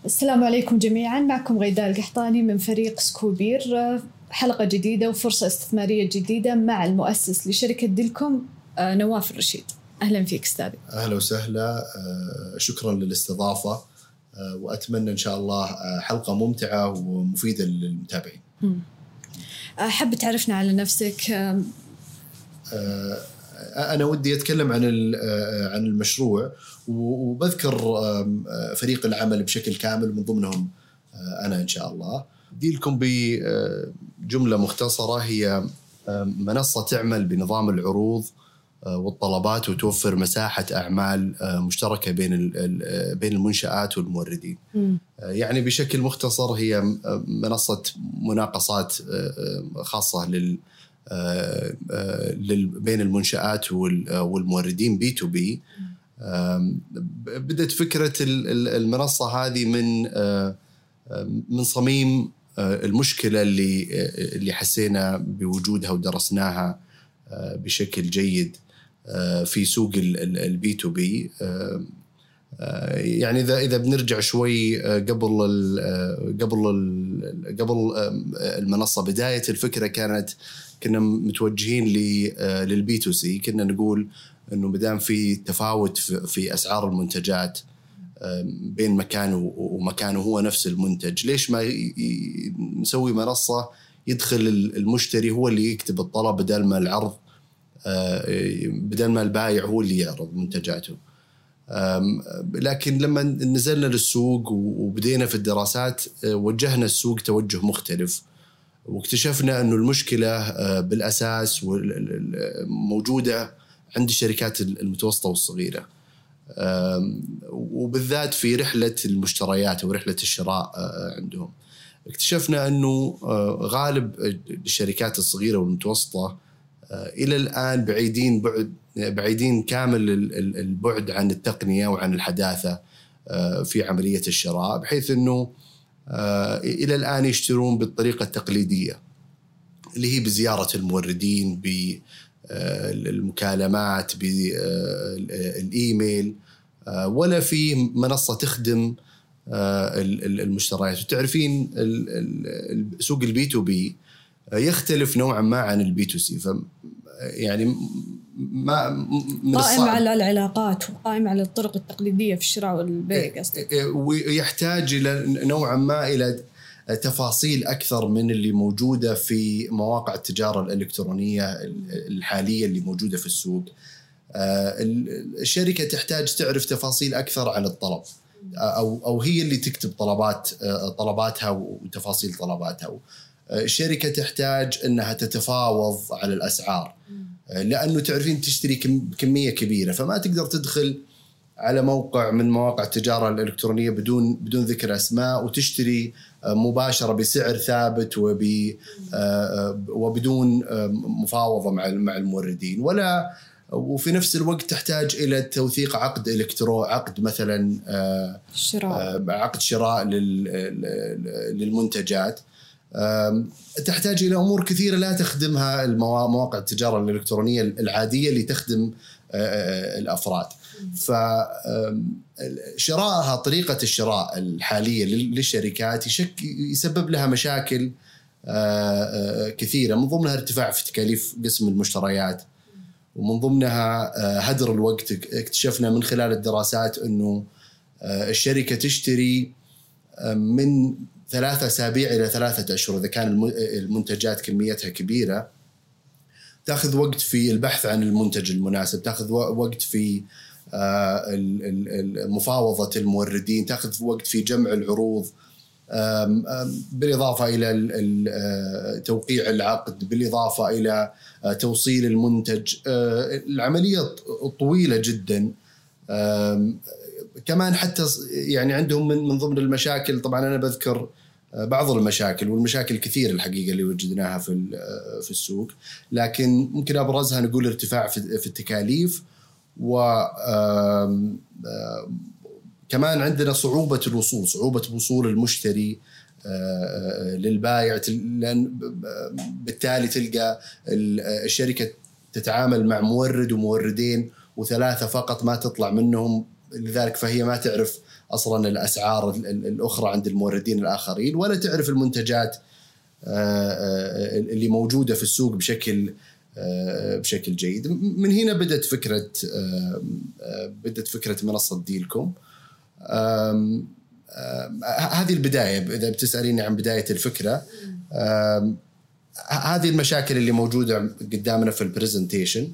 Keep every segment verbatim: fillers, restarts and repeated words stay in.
السلام عليكم جميعا، معكم غيداء القحطاني من فريق سكوبير. حلقة جديدة وفرصة استثمارية جديدة مع المؤسس لشركة ديلكوم نواف الرشيد. أهلا فيك أستاذي. أهلا وسهلا، شكرا للاستضافة، وأتمنى إن شاء الله حلقة ممتعة ومفيدة للمتابعين. أحب تعرفنا على نفسك. أنا ودي أتكلم عن عن المشروع وبذكر فريق العمل بشكل كامل، من ضمنهم أنا إن شاء الله. ديلكوم بجملة مختصرة هي منصة تعمل بنظام العروض والطلبات وتوفر مساحة أعمال مشتركة بين بين المنشآت والموردين. م. يعني بشكل مختصر هي منصة مناقصات خاصة لل بين المنشآت والموردين بي تو بي. بدأت فكرة المنصة هذه من من صميم المشكلة اللي اللي حسينا بوجودها ودرسناها بشكل جيد في سوق البي تو بي. يعني إذا إذا بنرجع شوي قبل ال قبل ال قبل المنصة، بداية الفكرة كانت كنا متوجهين للبي تو سي. كنا نقول إنه مدام في تفاوت في أسعار المنتجات بين مكانه ومكانه هو نفس المنتج، ليش ما نسوي منصة يدخل المشتري هو اللي يكتب الطلب بدل ما العرض بدل ما البائع هو اللي يعرض منتجاته. لكن لما نزلنا للسوق وبدينا في الدراسات وجهنا السوق توجه مختلف، واكتشفنا أنه المشكلة بالأساس موجودة عند الشركات المتوسطة والصغيرة، وبالذات في رحلة المشتريات ورحلة الشراء عندهم. اكتشفنا أنه غالب الشركات الصغيرة والمتوسطة إلى الآن بعيدين بعد بعيدين كامل البعد عن التقنية وعن الحداثة في عملية الشراء، بحيث أنه إلى الآن يشترون بالطريقة التقليدية اللي هي بزيارة الموردين، بالمكالمات، بالإيميل، ولا في منصة تخدم المشتريات. وتعرفين سوق البي تو بي يختلف نوعا ما عن البي تو سي، ف يعني ما قائم على العلاقات وقائم على الطرق التقليدية في الشراء والبيع قصدك، ويحتاج إلى نوعا ما إلى تفاصيل أكثر من اللي موجودة في مواقع التجارة الإلكترونية الحالية اللي موجودة في السوق. الشركة تحتاج تعرف تفاصيل أكثر عن الطلب، أو أو هي اللي تكتب طلبات طلباتها وتفاصيل طلباتها. الشركة تحتاج أنها تتفاوض على الأسعار، لأنه تعرفين تشتري كمية كبيرة، فما تقدر تدخل على موقع من مواقع التجارة الإلكترونية بدون بدون ذكر أسماء وتشتري مباشرة بسعر ثابت وب وبدون مفاوضة مع مع الموردين، ولا وفي نفس الوقت تحتاج إلى توثيق عقد إلكترو عقد مثلا شراء عقد شراء للمنتجات. تحتاج إلى أمور كثيرة لا تخدمها مواقع التجارة الإلكترونية العادية اللي تخدم الأفراد. فشراءها طريقة الشراء الحالية للشركات يشك يسبب لها مشاكل كثيرة، من ضمنها ارتفاع في تكاليف قسم المشتريات، ومن ضمنها هدر الوقت. اكتشفنا من خلال الدراسات أنه الشركة تشتري من ثلاثة أسابيع إلى ثلاثة أشهر إذا كان المنتجات كميتها كبيرة، تأخذ وقت في البحث عن المنتج المناسب، تأخذ وقت في مفاوضة الموردين، تأخذ وقت في جمع العروض، بالإضافة إلى توقيع العقد، بالإضافة إلى توصيل المنتج. العملية طويلة جدا. كمان حتى يعني عندهم من ضمن المشاكل، طبعا أنا بذكر بعض المشاكل، والمشاكل كثير الحقيقة اللي وجدناها في في السوق، لكن ممكن أبرزها نقول ارتفاع في التكاليف، وكمان عندنا صعوبة الوصول صعوبة وصول المشتري للبائع، لأن بالتالي تلقى الشركة تتعامل مع مورد وموردين وثلاثة فقط، ما تطلع منهم، لذلك فهي ما تعرف أصلا الأسعار الأخرى عند الموردين الآخرين، ولا تعرف المنتجات اللي موجودة في السوق بشكل بشكل جيد. من هنا بدأت فكرة بدأت فكرة منصة ديلكم. هذه البداية، إذا بتسأليني عن بداية الفكرة، هذه المشاكل اللي موجودة قدامنا في البرزنتيشن.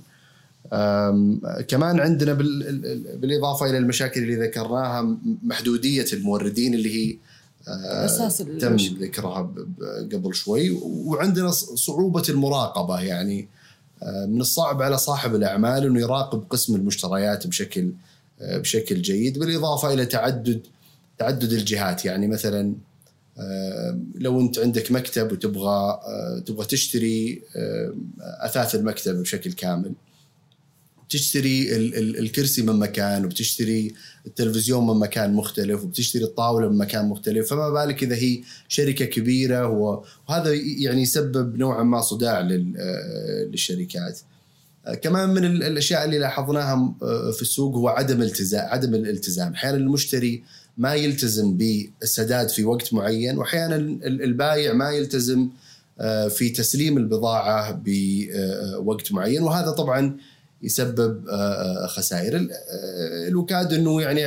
كمان عندنا بالإضافة إلى المشاكل اللي ذكرناها محدودية الموردين اللي هي أساس تم ذكرها قبل شوي، وعندنا صعوبة المراقبة. يعني من الصعب على صاحب الأعمال أنه يراقب قسم المشتريات بشكل بشكل جيد، بالإضافة إلى تعدد تعدد الجهات. يعني مثلا لو أنت عندك مكتب وتبغى تبغى تشتري أثاث المكتب بشكل كامل، بتشتري الكرسي من مكان، وبتشتري التلفزيون من مكان مختلف، وبتشتري الطاولة من مكان مختلف، فما بالك إذا هي شركة كبيرة. وهذا يعني يسبب نوعا ما صداع للشركات. كمان من الأشياء اللي لاحظناها في السوق هو عدم التزام عدم الالتزام. أحيانا المشتري ما يلتزم بالسداد في وقت معين، وأحيانا البائع ما يلتزم في تسليم البضاعة بوقت معين، وهذا طبعا يسبب خسائر. الوكاد انه يعني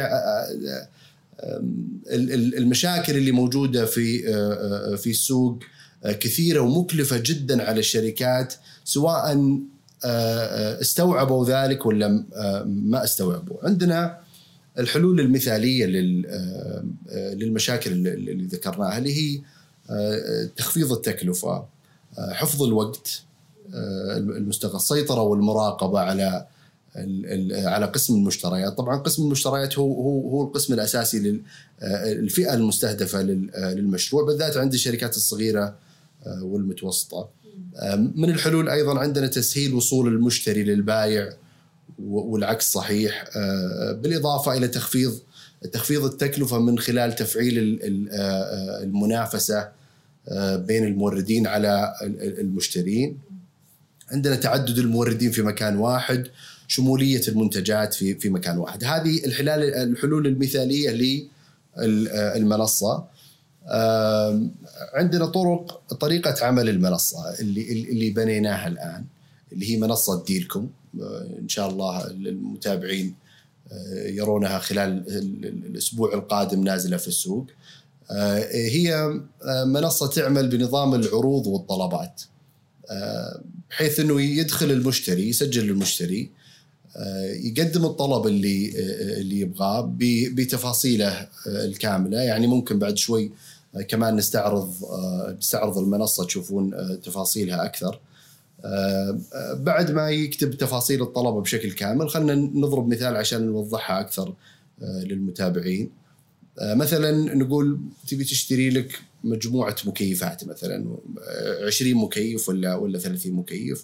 المشاكل اللي موجوده في في السوق كثيره ومكلفه جدا على الشركات، سواء استوعبوا ذلك ولا ما استوعبوا. عندنا الحلول المثاليه للمشاكل اللي ذكرناها، اللي هي تخفيض التكلفه، حفظ الوقت المستغل، السيطرة والمراقبة على على قسم المشتريات. طبعا قسم المشتريات هو هو هو القسم الأساسي للفئة المستهدفة للمشروع، بالذات عند الشركات الصغيرة والمتوسطة. من الحلول أيضا عندنا تسهيل وصول المشتري للبائع والعكس صحيح، بالإضافة إلى تخفيض تخفيض التكلفة من خلال تفعيل المنافسة بين الموردين على المشترين. عندنا تعدد الموردين في مكان واحد، شمولية المنتجات في في مكان واحد. هذه الحلال الحلول المثالية للمنصة. عندنا طرق طريقة عمل المنصة اللي اللي بنيناها الآن، اللي هي منصة ديلكم. إن شاء الله المتابعين يرونها خلال الأسبوع القادم نازلة في السوق. هي منصة تعمل بنظام العروض والطلبات، بحيث أنه يدخل المشتري، يسجل المشتري، يقدم الطلب اللي اللي يبغاه بتفاصيله الكاملة. يعني ممكن بعد شوي كمان نستعرض نستعرض المنصة تشوفون تفاصيلها أكثر. بعد ما يكتب تفاصيل الطلب بشكل كامل، خلنا نضرب مثال عشان نوضحها أكثر للمتابعين. مثلا نقول تبي تشتري لك مجموعة مكيفات، مثلا عشرين مكيف ولا ولا ثلاثين مكيف.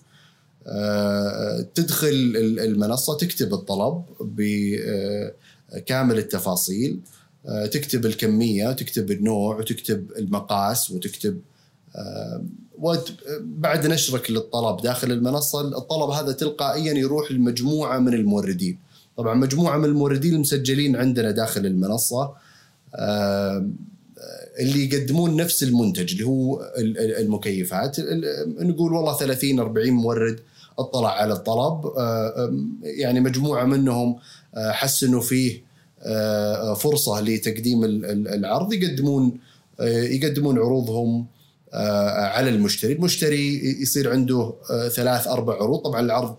تدخل المنصة، تكتب الطلب بكامل التفاصيل، تكتب الكمية، وتكتب النوع، وتكتب المقاس، وتكتب بعد نشرك للطلب داخل المنصة، الطلب هذا تلقائيا يروح لمجموعة من الموردين. طبعا مجموعة من الموردين المسجلين عندنا داخل المنصة، اللي يقدمون نفس المنتج اللي هو المكيفات. نقول والله ثلاثين أربعين مورد اطلع على الطلب، يعني مجموعة منهم حسنوا فيه فرصة لتقديم العرض، يقدمون يقدمون عروضهم على المشتري. المشتري يصير عنده ثلاث أربع عروض. طبعا العرض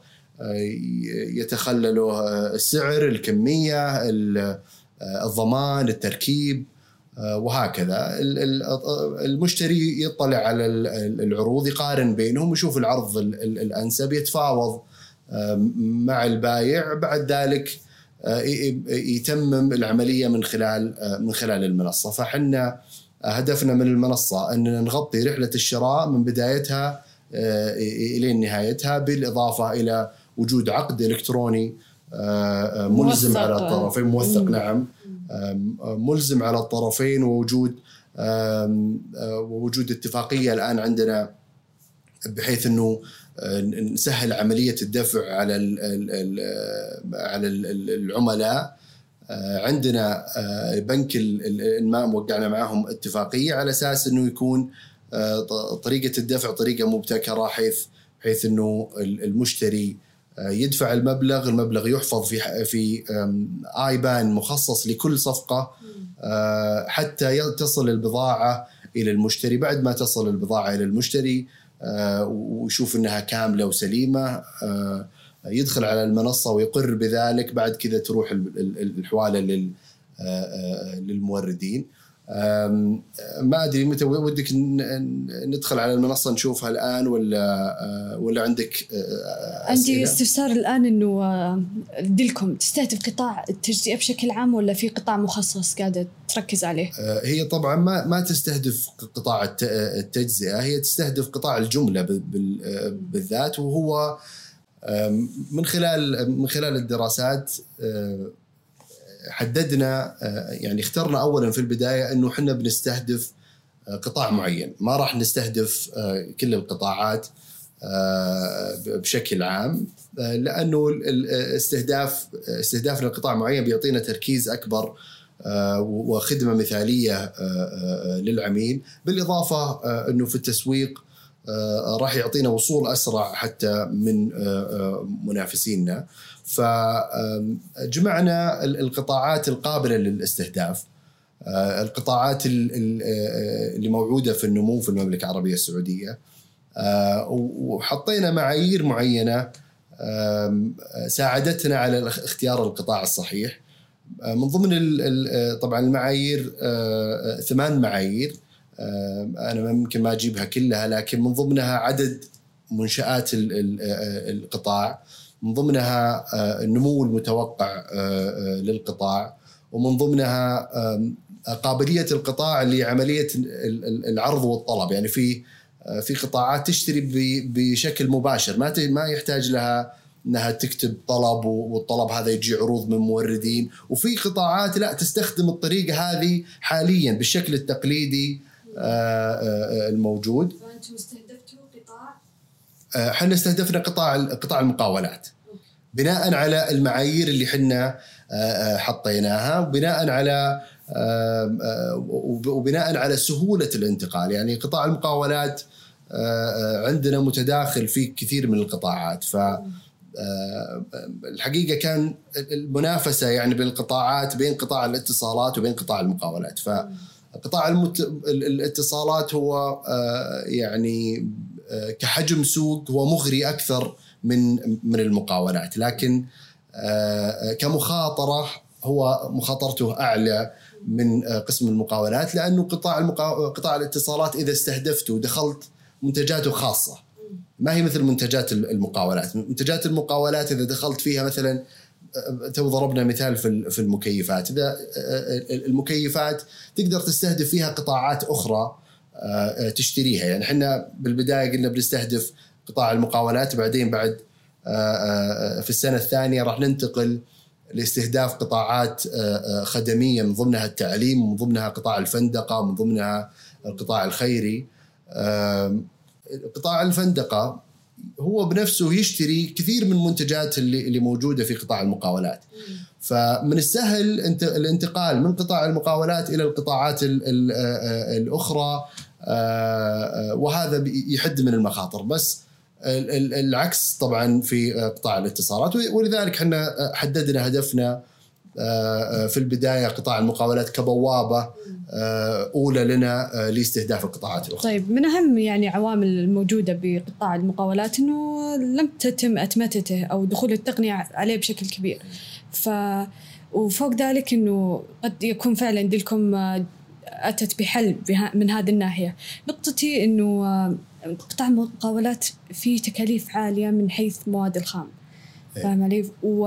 يتخلله السعر، الكمية، الضمان، التركيب، وهكذا. المشتري يطلع على العروض، يقارن بينهم، يشوف العرض الأنسب، يتفاوض مع البائع. بعد ذلك يتمم العملية من خلال من خلال المنصة. فحنا هدفنا من المنصة أن نغطي رحلة الشراء من بدايتها إلى نهايتها، بالإضافة إلى وجود عقد إلكتروني ملزم على الطرفين، موثق. نعم، ملزم على الطرفين، ووجود ووجود اتفاقية الآن عندنا بحيث أنه نسهل عملية الدفع على على العملاء. عندنا بنك الماء وقعنا معهم اتفاقية على أساس أنه يكون طريقة الدفع طريقة مبتكرة، حيث حيث أنه المشتري يدفع المبلغ المبلغ يحفظ في في آيبان مخصص لكل صفقة حتى تصل البضاعة إلى المشتري. بعد ما تصل البضاعة إلى المشتري ويشوف أنها كاملة وسليمة يدخل على المنصة ويقر بذلك. بعد كذا تروح الحوالة للموردين. ما أدري متى ودك ندخل على المنصة نشوفها الآن ولا ولا عندك أسئلة؟ عندي استفسار الآن إنه ديلكم تستهدف قطاع التجزئة بشكل عام ولا في قطاع مخصص قاعدة تركز عليه؟ هي طبعا ما ما تستهدف قطاع التجزئة، هي تستهدف قطاع الجملة بالذات. وهو من خلال من خلال الدراسات حددنا، يعني اخترنا أولا في البداية أنه حنا بنستهدف قطاع معين، ما راح نستهدف كل القطاعات بشكل عام، لأنه الاستهداف استهدافنا لقطاع معين بيعطينا تركيز أكبر وخدمة مثالية للعميل، بالإضافة أنه في التسويق راح يعطينا وصول أسرع حتى من منافسينا. فجمعنا القطاعات القابلة للاستهداف، القطاعات اللي موجودة في النمو في المملكة العربية السعودية، وحطينا معايير معينة ساعدتنا على اختيار القطاع الصحيح. من ضمن طبعا المعايير ثمان معايير، أنا ممكن ما أجيبها كلها، لكن من ضمنها عدد منشآت القطاع، من ضمنها النمو المتوقع للقطاع، ومن ضمنها قابلية القطاع لعملية العرض والطلب. يعني في في قطاعات تشتري بشكل مباشر، ما ما يحتاج لها أنها تكتب طلب والطلب هذا يجي عروض من موردين، وفي قطاعات لا تستخدم الطريقة هذه حاليا بالشكل التقليدي الموجود. فأنتم استهدفتوا قطاع؟ حنا استهدفنا قطاع قطاع المقاولات بناء على المعايير اللي حنا حطيناها، وبناء على وبناء على سهولة الانتقال. يعني قطاع المقاولات عندنا متداخل في كثير من القطاعات، ف الحقيقة كان المنافسة يعني بين القطاعات بين قطاع الاتصالات وبين قطاع المقاولات. فقطاع المت... الاتصالات هو يعني كحجم سوق هو مغري أكثر من من المقاولات، لكن كمخاطرة هو مخاطرته أعلى من قسم المقاولات، لأنه قطاع المقا... قطاع الاتصالات إذا استهدفته ودخلت منتجاته خاصة، ما هي مثل منتجات المقاولات. منتجات المقاولات إذا دخلت فيها مثلا، تو ضربنا مثال في المكيفات، إذا المكيفات تقدر تستهدف فيها قطاعات أخرى تشتريها. يعني حنا بالبداية قلنا بنستهدف قطاع المقاولات، بعدين بعد في السنة الثانية راح ننتقل لاستهداف قطاعات خدمية، من ضمنها التعليم، ومن ضمنها قطاع الفندقة، ومن ضمنها القطاع الخيري. قطاع الفندقة هو بنفسه يشتري كثير من المنتجات اللي اللي موجودة في قطاع المقاولات، فمن السهل الانتقال من قطاع المقاولات إلى القطاعات الأخرى، وهذا يحد من المخاطر. بس العكس طبعا في قطاع الاتصالات، ولذلك احنا حددنا هدفنا في البداية قطاع المقاولات كبوابة أولى لنا لاستهداف القطاعات الأخرى. طيب، من أهم يعني عوامل الموجودة بقطاع المقاولات أنه لم تتم أتمتته أو دخول التقنية عليه بشكل كبير، ف وفوق ذلك أنه قد يكون فعلا ديلكم أتت بحل من هذه الناحية. نقطتي أنه قطاع المقاولات فيه تكاليف عالية من حيث مواد الخام، فاهم علي؟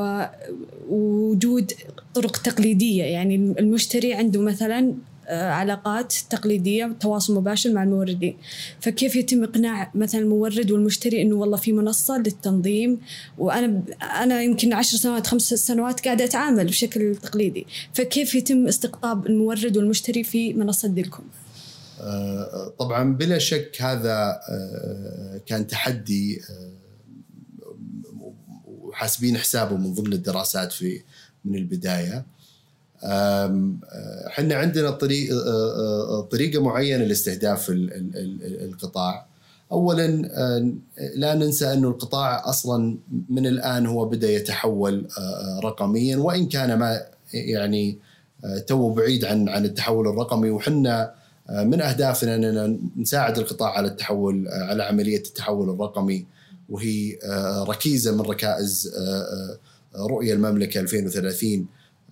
ووجود طرق تقليدية، يعني المشتري عنده مثلا علاقات تقليدية، تواصل مباشر مع الموردين، فكيف يتم إقناع مثلا المورد والمشتري إنه والله في منصة للتنظيم؟ وأنا أنا يمكن عشر سنوات خمس سنوات قاعدة أتعامل بشكل تقليدي، فكيف يتم استقطاب المورد والمشتري في منصة ديلكم؟ طبعا بلا شك هذا كان تحدي وحاسبين حسابه من ضمن الدراسات في من البداية. احنا عندنا طريق طريقة معينة لاستهداف القطاع. أولا لا ننسى أنه القطاع أصلا من الآن هو بدأ يتحول رقميا، وإن كان ما يعني تو بعيد عن عن التحول الرقمي، وحنا من أهدافنا أننا نساعد القطاع على التحول على عملية التحول الرقمي، وهي ركيزة من ركائز رؤية المملكة ألفين وثلاثين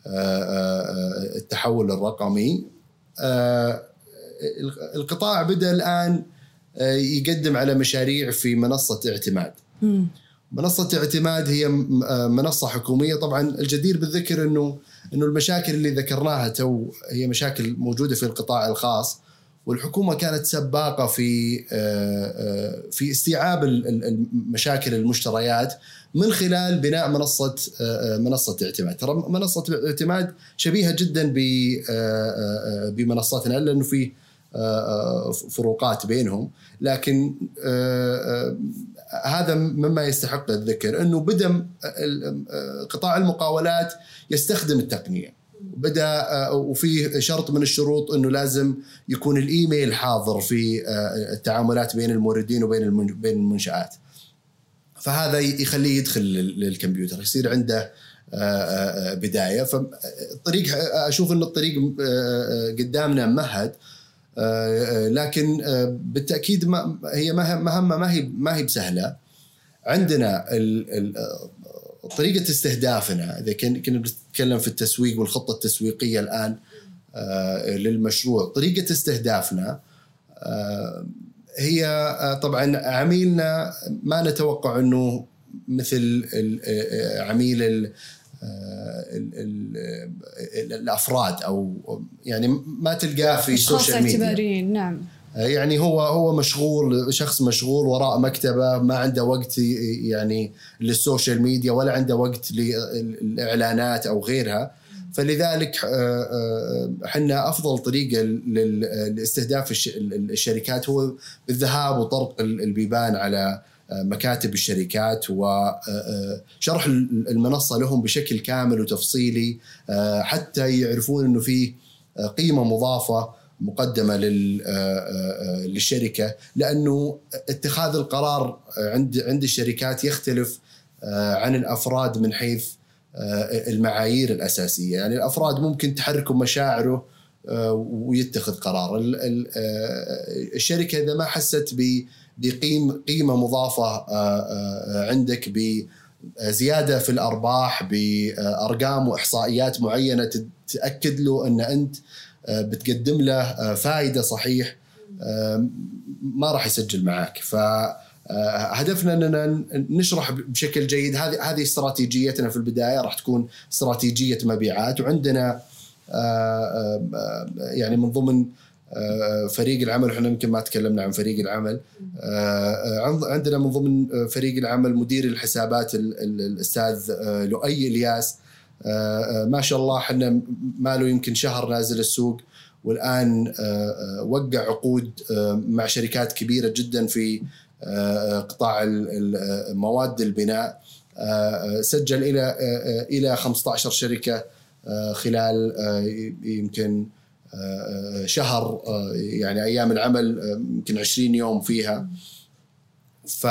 التحول الرقمي. القطاع بدأ الآن يقدم على مشاريع في منصة اعتماد. م. منصة اعتماد هي منصة حكومية. طبعا الجدير بالذكر أنه أنه المشاكل اللي ذكرناها تو هي مشاكل موجودة في القطاع الخاص، والحكومة كانت سباقة في في استيعاب المشاكل المشتريات من خلال بناء منصة منصة اعتماد. ترى منصة اعتماد شبيهة جدا بمنصاتنا، لأنه في فروقات بينهم، لكن هذا مما يستحق الذكر أنه بدأ قطاع المقاولات يستخدم التقنية، بدأ وفي شرط من الشروط أنه لازم يكون الإيميل حاضر في التعاملات بين الموردين وبين بين المنشآت، فهذا يخليه يدخل للكمبيوتر، يصير عنده بداية. فالطريق أشوف أن الطريق قدامنا مهد، لكن بالتأكيد ما هي مهمة ما هي ما هي بسهلة. عندنا طريقة استهدافنا، إذا كنا بنتكلم في التسويق والخطة التسويقية الآن للمشروع، طريقة استهدافنا هي طبعا عميلنا ما نتوقع أنه مثل عميل ال ال ال الأفراد، أو يعني ما تلقاه في السوشيال ميديا. نعم. يعني هو هو مشغول، شخص مشغول وراء مكتبه، ما عنده وقت يعني للسوشيال ميديا ولا عنده وقت للإعلانات أو غيرها. فلذلك حنا أفضل طريقة لاستهداف الشركات هو بالذهاب وطرق البيبان على مكاتب الشركات وشرح المنصة لهم بشكل كامل وتفصيلي، حتى يعرفون أنه في قيمة مضافة مقدمة للشركة، لأنه اتخاذ القرار عند عند الشركات يختلف عن الأفراد من حيث المعايير الأساسية. يعني الأفراد ممكن تحركوا مشاعره ويتخذ قرار، الشركة إذا ما حست بقيمة قيمة مضافة عندك، بزيادة في الأرباح، بأرقام وإحصائيات معينة تأكد له أن أنت بتقدم له فائدة صحيح، ما راح يسجل معك. فهدفنا أننا نشرح بشكل جيد. هذه هذه استراتيجيتنا في البداية، راح تكون استراتيجية مبيعات. وعندنا يعني من ضمن فريق العمل، احنا يمكن ما تكلمنا عن فريق العمل، عندنا من ضمن فريق العمل مدير الحسابات الأستاذ لؤي إلياس، ما شاء الله حنا ماله يمكن شهر نازل السوق، والآن وقع عقود مع شركات كبيرة جدا في قطاع مواد البناء، سجل إلى إلى خمسة عشر شركة خلال يمكن شهر، يعني أيام العمل يمكن عشرين يوم فيها. ف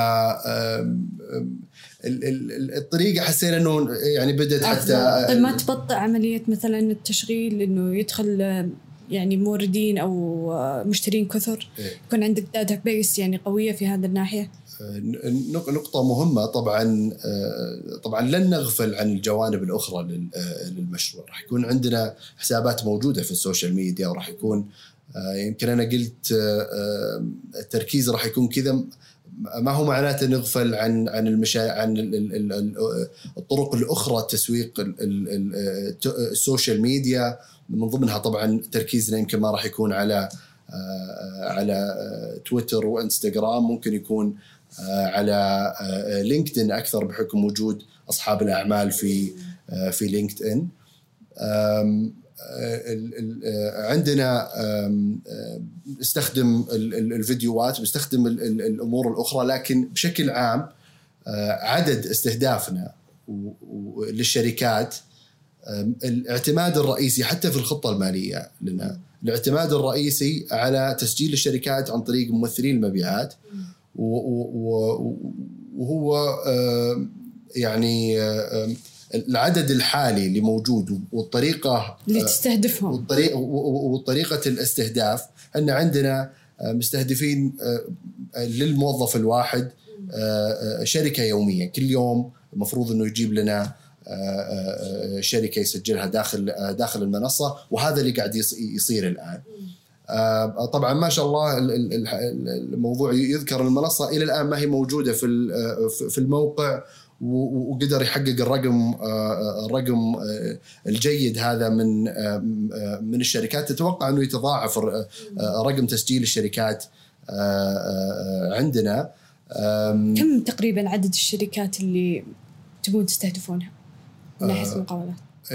الطريقة حسينا إنه يعني بدأت حتى طيب ما تبطئ عملية مثلا التشغيل، إنه يدخل يعني موردين أو مشترين كثر، يكون عندك داتا بيس يعني قوية في هذا الناحية. نقطة مهمة. طبعا طبعا لن نغفل عن الجوانب الأخرى للمشروع. راح يكون عندنا حسابات موجودة في السوشيال ميديا، وراح يكون يمكن أنا قلت التركيز راح يكون كذا، ما هو معناته نغفل عن عن المشا عن الطرق الأخرى التسويق السوشيال ميديا. من ضمنها طبعا تركيزنا يمكن ما راح يكون على على تويتر وإنستغرام، ممكن يكون على لينكدين أكثر بحكم وجود أصحاب الأعمال في في لينكدين. عندنا نستخدم الفيديوهات، بنستخدم الأمور الأخرى، لكن بشكل عام عدد استهدافنا للشركات الاعتماد الرئيسي حتى في الخطة المالية لنا، الاعتماد الرئيسي على تسجيل الشركات عن طريق ممثلين المبيعات، وهو يعني العدد الحالي اللي موجود والطريقة اللي تستهدفهم والطريقة, والطريقة الاستهداف. أن عندنا مستهدفين للموظف الواحد شركة يومية، كل يوم المفروض أنه يجيب لنا شركة يسجلها داخل داخل المنصة، وهذا اللي قاعد يصير الآن. طبعا ما شاء الله الموضوع يذكر المنصة إلى الآن ما هي موجودة في في الموقع، وقدر يحقق الرقم الرقم الجيد هذا من من الشركات. تتوقع أنه يتضاعف رقم تسجيل الشركات عندنا. كم تقريبا عدد الشركات اللي تبون تستهدفونها من ناحية المقاولات؟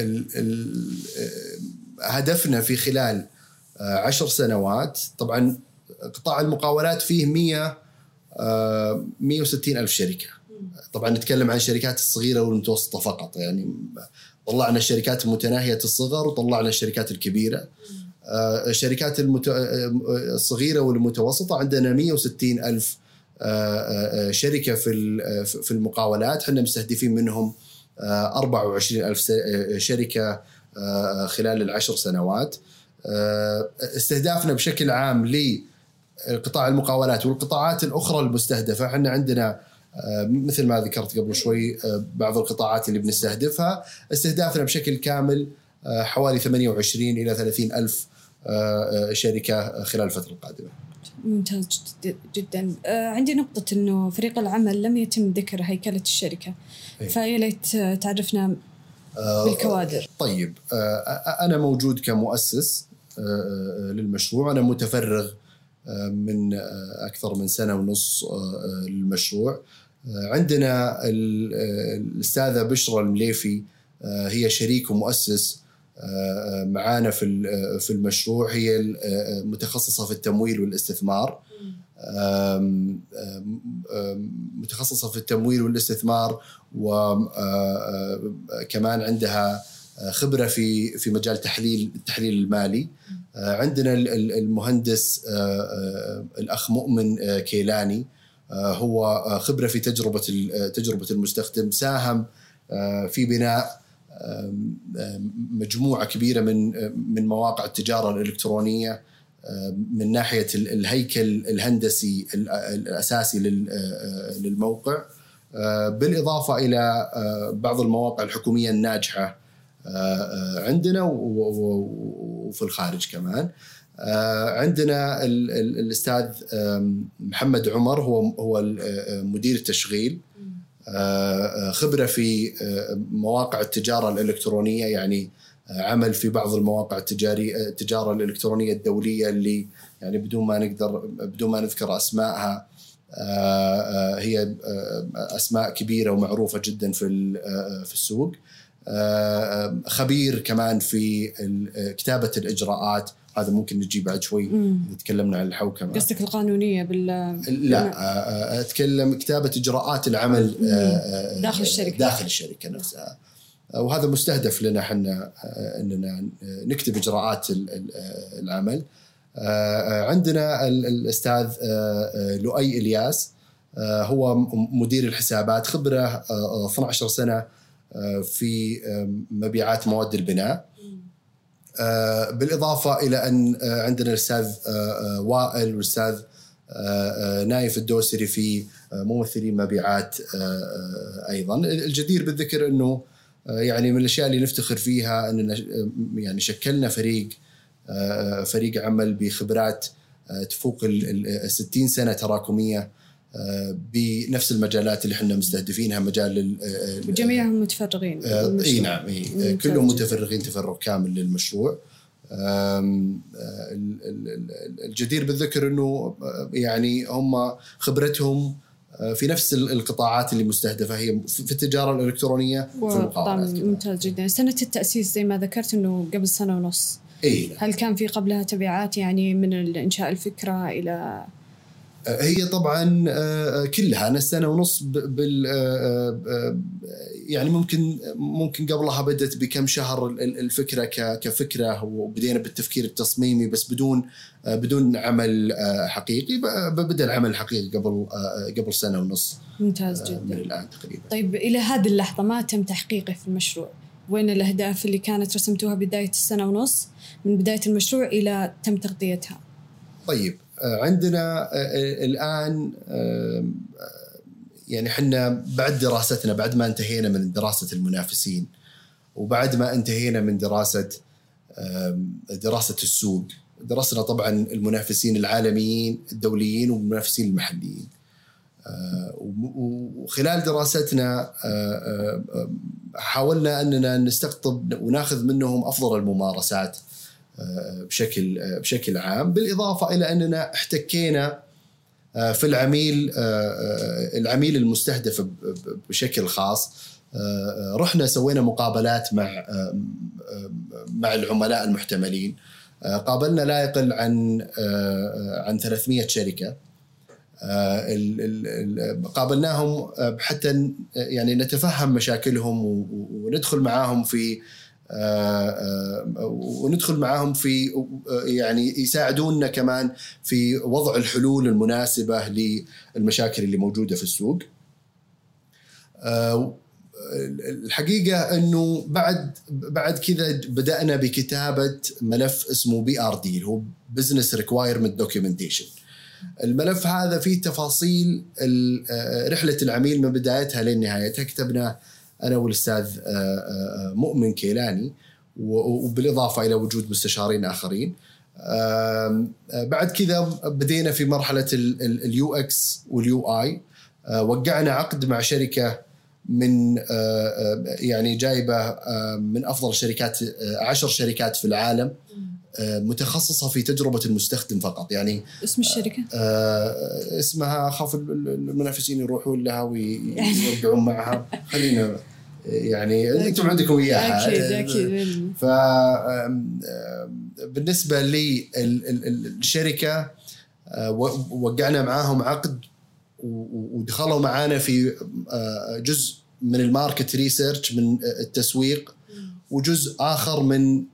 هدفنا في خلال عشر سنوات، طبعا قطاع المقاولات فيه مية مية وستين ألف شركة. طبعا نتكلم عن الشركات الصغيرة والمتوسطة فقط، يعني طلعنا الشركات المتناهية الصغر وطلعنا الشركات الكبيرة. الشركات المت... الصغيرة والمتوسطة عندنا مية وستين ألف شركة في في المقاولات، حنا مستهدفين منهم أربعة وعشرين ألف شركة خلال العشر سنوات. استهدافنا بشكل عام لقطاع المقاولات والقطاعات الأخرى المستهدفة، حنا عندنا مثل ما ذكرت قبل شوي بعض القطاعات اللي بنستهدفها. استهدافنا بشكل كامل حوالي ثمانية وعشرين إلى ثلاثين ألف شركة خلال الفترة القادمة. ممتاز جدا. عندي نقطة إنه فريق العمل لم يتم ذكر هيكلة الشركة، فيا ليت تعرفنا بالكوادر. طيب، أنا موجود كمؤسس للمشروع، أنا متفرغ من أكثر من سنة ونص للمشروع. عندنا الأستاذة بشرى المليفي، هي شريك ومؤسس معانا في في المشروع، هي متخصصة في التمويل والاستثمار متخصصة في التمويل والاستثمار وكمان عندها خبرة في في مجال تحليل التحليل المالي. عندنا المهندس الأخ مؤمن كيلاني، هو خبرة في تجربة تجربة المستخدم، ساهم في بناء مجموعة كبيرة من من مواقع التجارة الإلكترونية من ناحية الهيكل الهندسي الأساسي للموقع، بالإضافة إلى بعض المواقع الحكومية الناجحة عندنا وفي الخارج كمان. عندنا الأستاذ محمد عمر، هو هو مدير التشغيل، خبرة في مواقع التجارة الإلكترونية، يعني عمل في بعض المواقع التجارية التجارة الإلكترونية الدولية اللي يعني بدون ما نقدر بدون ما نذكر أسماءها، هي أسماء كبيرة ومعروفة جدا في في السوق. خبير كمان في كتابة الإجراءات، هذا ممكن نجي بعد شوي نتكلمنا عن الحوكمة. قصدك القانونية بال لا، أتكلم كتابة إجراءات العمل داخل الشركة داخل الشركة نفسها، وهذا مستهدف لنا حنا أننا نكتب إجراءات العمل. عندنا الأستاذ لؤي إلياس، هو مدير الحسابات، خبرة اثنتي عشرة سنة في مبيعات مواد البناء. بالإضافة إلى أن عندنا الأستاذ وائل والأستاذ نايف الدوسري في ممثلين مبيعات أيضا. الجدير بالذكر أنه يعني من الأشياء اللي نفتخر فيها أننا يعني شكلنا فريق فريق عمل بخبرات تفوق الستين سنة تراكمية بنفس المجالات اللي احنا مستهدفينها، مجال جميعهم متفرغين. اي نعم، إيه كلهم متفرغين تفرغ كامل للمشروع. الجدير بالذكر انه يعني هم خبرتهم في نفس القطاعات اللي مستهدفة، هي في التجارة الإلكترونية في المقاولات. ممتاز جدا. سنة التأسيس زي ما ذكرت انه قبل سنة ونص. إيه. هل كان في قبلها تبعات يعني من إنشاء الفكرة إلى هي طبعا كلها أنا سنة ونص بال يعني ممكن ممكن قبلها بدت بكم شهر الفكرة كفكرة، وبدينا بالتفكير التصميمي بس بدون بدون عمل حقيقي. بدأ العمل الحقيقي قبل قبل سنة ونص. ممتاز جدا. من الآن تقريبا. طيب إلى هذه اللحظة ما تم تحقيقه في المشروع، وين الأهداف اللي كانت رسمتوها بداية السنة ونص من بداية المشروع إلى تم تغطيتها؟ طيب عندنا الآن يعني حنا بعد دراستنا، بعد ما انتهينا من دراسة المنافسين وبعد ما انتهينا من دراسة دراسة السوق، درسنا طبعا المنافسين العالميين الدوليين والمنافسين المحليين. وخلال دراستنا حاولنا أننا نستقطب وناخذ منهم أفضل الممارسات بشكل بشكل عام، بالإضافة إلى أننا احتكينا في العميل العميل المستهدف بشكل خاص. رحنا سوينا مقابلات مع مع العملاء المحتملين، قابلنا لا يقل عن عن ثلاثمئة شركة. قابلناهم حتى يعني نتفهم مشاكلهم وندخل معاهم في وندخل معاهم في يعني يساعدوننا كمان في وضع الحلول المناسبة للمشاكل اللي موجودة في السوق. الحقيقة أنه بعد بعد كذا بدأنا بكتابة ملف اسمه بي آر دي، اللي هو Business Requirement Documentation. الملف هذا فيه تفاصيل رحلة العميل من بدايتها لنهايتها، كتبنا أنا والأستاذ مؤمن كيلاني، وبالإضافة إلى وجود مستشارين آخرين. بعد كذا بدينا في مرحلة اليو اكس واليو اي. وقعنا عقد مع شركة من يعني جايبة من أفضل الشركات، عشر شركات في العالم متخصصة في تجربة المستخدم فقط. يعني اسم الشركة آه اسمها، خاف المنافسين يروحون لها ويوقعون معها، خلينا يعني انتم عندكم اياها. اكيد اكيد. ف بالنسبة للشركة وقعنا معاهم عقد ودخلوا معانا في جزء من الماركت ريسيرش من التسويق، وجزء آخر من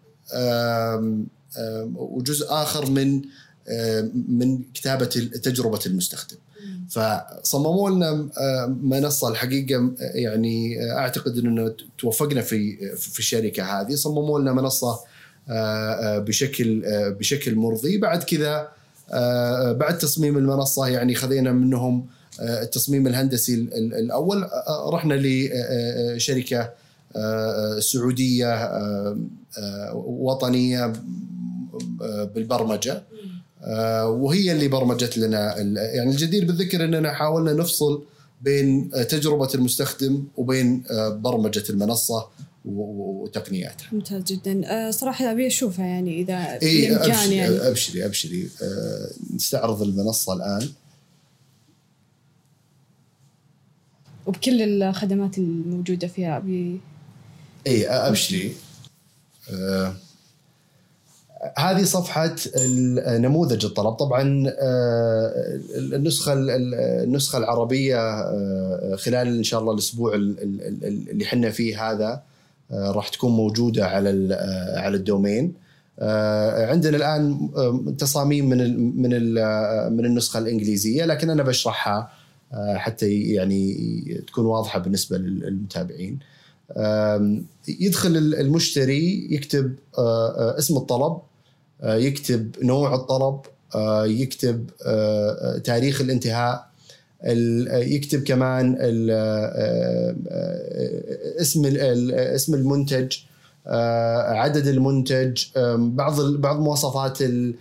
وجزء آخر من من كتابة تجربة المستخدم. فصمموا لنا منصة الحقيقة، يعني أعتقد أننا توفقنا في في الشركة هذه. صمموا لنا منصة بشكل بشكل مرضي. بعد كذا بعد تصميم المنصة يعني خذينا منهم التصميم الهندسي الأول، رحنا لشركة سعودية وطنية بالبرمجة، وهي اللي برمجت لنا. يعني الجدير بالذكر أننا حاولنا نفصل بين تجربة المستخدم وبين برمجة المنصة وتقنياتها. ممتاز جدا. صراحة أبي أشوفها يعني إذا إيه بإمكان. أبشري يعني أبشري أبشري نستعرض المنصة الآن وبكل الخدمات الموجودة فيها. أبي إيه أبشري. آه هذه صفحة نموذج الطلب. طبعا النسخة النسخة العربية خلال إن شاء الله الأسبوع اللي حنا فيه هذا راح تكون موجودة على على الدومين. عندنا الآن تصاميم من من من النسخة الإنجليزية، لكن أنا بشرحها حتى يعني تكون واضحة بالنسبة للمتابعين. يدخل المشتري يكتب اسم الطلب، يكتب نوع الطلب، يكتب تاريخ الانتهاء، يكتب كمان اسم اسم المنتج، عدد المنتج، بعض بعض مواصفات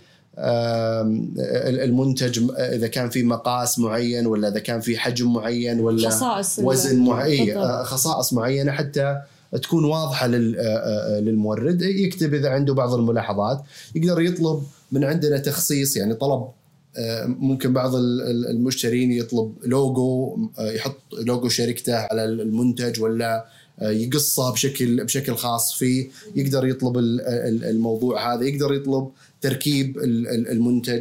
المنتج، إذا كان في مقاس معين ولا إذا كان في حجم معين ولا خصائص وزن معين، خصائص معينة حتى تكون واضحة للمورد. يكتب إذا عنده بعض الملاحظات، يقدر يطلب من عندنا تخصيص، يعني طلب. ممكن بعض المشترين يطلب لوجو، يحط لوجو شركته على المنتج ولا يقصها بشكل بشكل خاص فيه. يقدر يطلب الموضوع هذا. يقدر يطلب تركيب المنتج.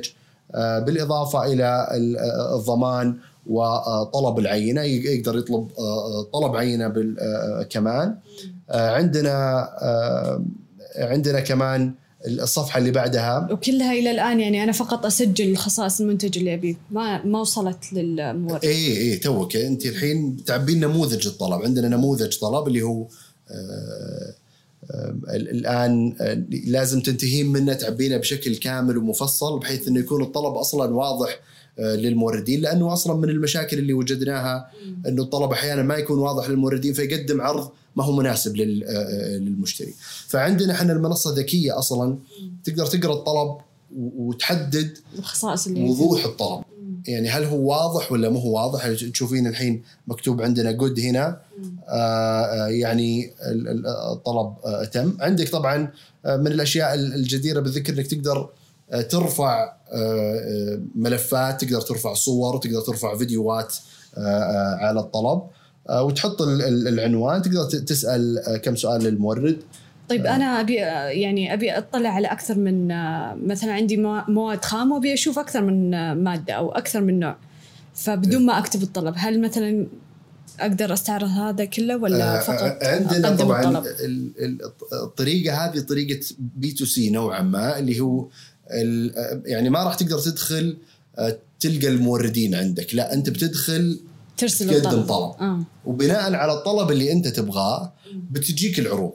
بالإضافة إلى الضمان وطلب العينة، يقدر يطلب طلب عينة كمان. عندنا عندنا كمان الصفحة اللي بعدها، وكلها إلى الآن يعني أنا فقط أسجل خصائص المنتج اللي أبيه، ما ما وصلت للمورد. إيه إيه توك أنت الحين تعبين نموذج الطلب. عندنا نموذج طلب اللي هو آه آه الآن آه لازم تنتهين منه، تعبينه بشكل كامل ومفصل بحيث إنه يكون الطلب أصلاً واضح آه للموردين، لأنه أصلاً من المشاكل اللي وجدناها إنه الطلب أحياناً ما يكون واضح للموردين فيقدم عرض ما هو مناسب للمشتري. فعندنا احنا المنصة ذكية أصلاً تقدر تقرأ الطلب وتحدد وضوح الطلب، يعني هل هو واضح ولا مو هو واضح. تشوفين الحين مكتوب عندنا جود هنا، آه يعني الطلب آه تم. عندك طبعا من الأشياء الجديرة بالذكر أنك تقدر آه ترفع آه ملفات، تقدر ترفع صور، تقدر ترفع فيديوهات آه على الطلب، آه وتحط العنوان، تقدر تسأل آه كم سؤال للمورد. طيب أنا أبي يعني أبي أطلع على أكثر من مثلا عندي مواد خام وأبي أشوف أكثر من مادة أو أكثر من نوع، فبدون ما أكتب الطلب هل مثلا أقدر أستعرض هذا كله ولا فقط عندنا طبعا الطريقة هذه طريقة بي تو سي نوعا ما، اللي هو يعني ما راح تقدر تدخل تلقى الموردين عندك، لا أنت بتدخل ترسل تقدم طلب آه. وبناء على الطلب اللي أنت تبغاه بتجيك العروض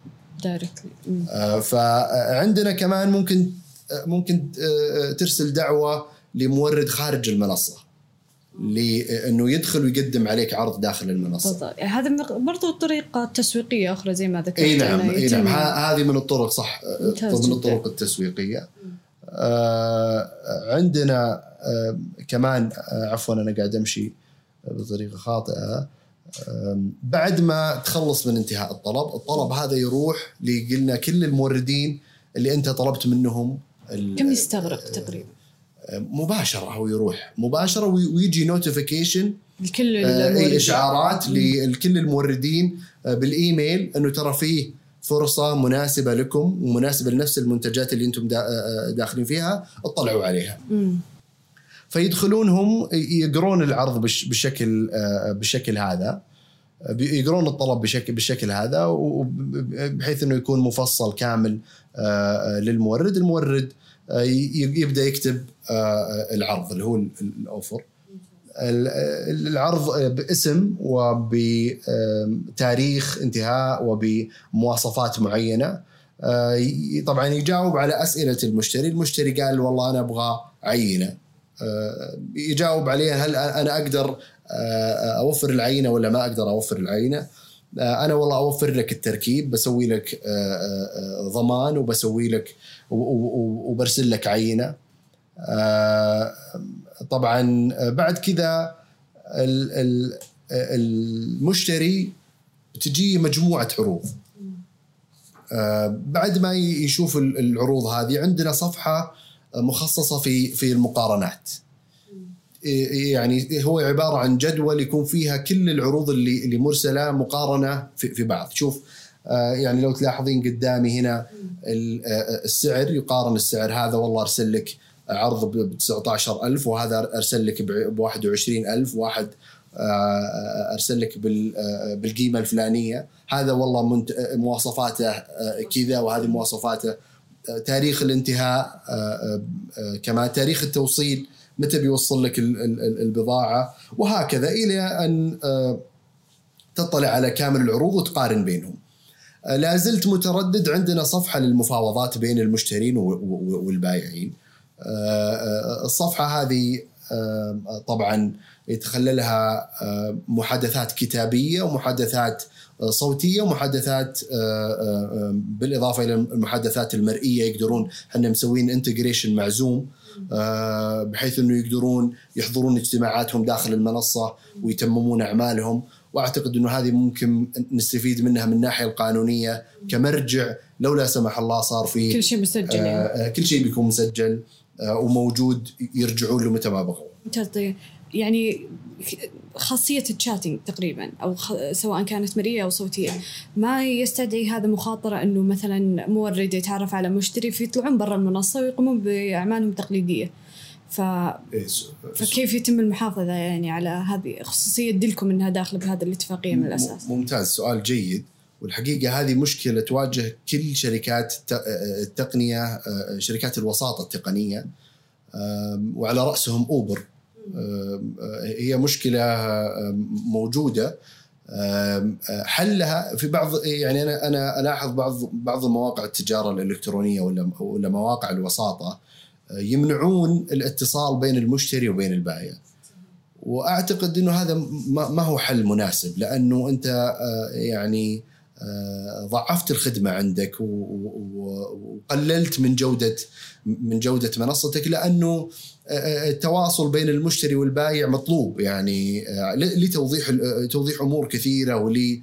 آه فعندنا كمان ممكن ممكن ترسل دعوة لمورد خارج المنصة لأنه يدخل ويقدم عليك عرض داخل المنصة. هذا برضو طريقة تسويقية أخرى زي ما ذكرت. إيه نعم, إيه نعم. هذه من الطرق صح من الطرق التسويقية. آه عندنا آه كمان آه عفوا أنا قاعد أمشي بطريقة خاطئة. بعد ما تخلص من انتهاء الطلب، الطلب هذا يروح لقلنا كل الموردين اللي انت طلبت منهم. كم يستغرق تقريبا؟ مباشرة هو يروح مباشرة ويجي نوتيفيكيشن لكل الموردين، إشعارات لكل الموردين بالإيميل أنه ترى فيه فرصة مناسبة لكم ومناسبة لنفس المنتجات اللي انتم داخلين فيها، اطلعوا عليها. م. فيدخلون هم يقرون العرض بالشكل بالشكل هذا، يقرون الطلب بشكل بالشكل هذا بحيث انه يكون مفصل كامل للمورد. المورد يبدا يكتب العرض اللي هو الاوفر، العرض باسم وبتاريخ انتهاء وبمواصفات معينة. طبعا يجاوب على أسئلة المشتري. المشتري قال والله أنا أبغى عينة، يجاوب عليها هل أنا أقدر أوفر العينة ولا ما أقدر أوفر العينة. أنا والله أوفر لك التركيب، بسوي لك ضمان وبسوي لك وبرسل لك عينة. طبعا بعد كذا المشتري تجي مجموعة عروض. بعد ما يشوف العروض هذه عندنا صفحة مخصصة في في المقارنات، يعني هو عبارة عن جدول يكون فيها كل العروض اللي اللي مرسلة مقارنة في في بعض. شوف يعني لو تلاحظين قدامي هنا السعر، يقارن السعر، هذا والله أرسل لك عرض ب تسعة عشر ألف وهذا أرسل لك ب واحد وعشرين ألف، واحد أرسل لك بالقيمة الفلانية، هذا والله مواصفاته كذا وهذه مواصفاته، تاريخ الانتهاء كما تاريخ التوصيل، متى بيوصل لك البضاعة، وهكذا إلى أن تطلع على كامل العروض وتقارن بينهم. لا زلت متردد، عندنا صفحة للمفاوضات بين المشترين والبائعين. الصفحة هذه طبعا يتخللها محادثات كتابية ومحادثات صوتية ومحادثات بالإضافة إلى المحادثات المرئية. يقدرون احنا مسوين انتجريشن مع زوم بحيث أنه يقدرون يحضرون اجتماعاتهم داخل المنصة ويتممون أعمالهم. وأعتقد أنه هذه ممكن نستفيد منها من الناحية القانونية كمرجع لو لا سمح الله صار في كل شيء مسجل، آه كل شيء بيكون مسجل آه وموجود، يرجعون له متى ما بغوا. يعني خاصية الشاتينج تقريبا أو سواء كانت مرئية أو صوتية، ما يستدعي هذا مخاطرة أنه مثلا مورد يتعرف على مشتري فيطلعون برا المنصة ويقومون بأعمالهم تقليدية. ف... فكيف يتم المحافظة يعني على هذه خصوصية ديلكم إنها داخلة بهذه الاتفاقية من الأساس؟ ممتاز، سؤال جيد. والحقيقة هذه مشكلة تواجه كل شركات التقنية، شركات الوساطة التقنية، وعلى رأسهم أوبر. هي مشكلة موجودة، حلها في بعض، يعني أنا أنا ألاحظ بعض بعض مواقع التجارة الإلكترونية ولا ولا مواقع الوساطة يمنعون الاتصال بين المشتري وبين البائع، وأعتقد إنه هذا ما هو حل مناسب، لأنه أنت يعني ضعفت الخدمة عندك وقللت من جودة من جودة منصتك، لأنه التواصل بين المشتري والبائع مطلوب يعني لتوضيح توضيح أمور كثيرة ولي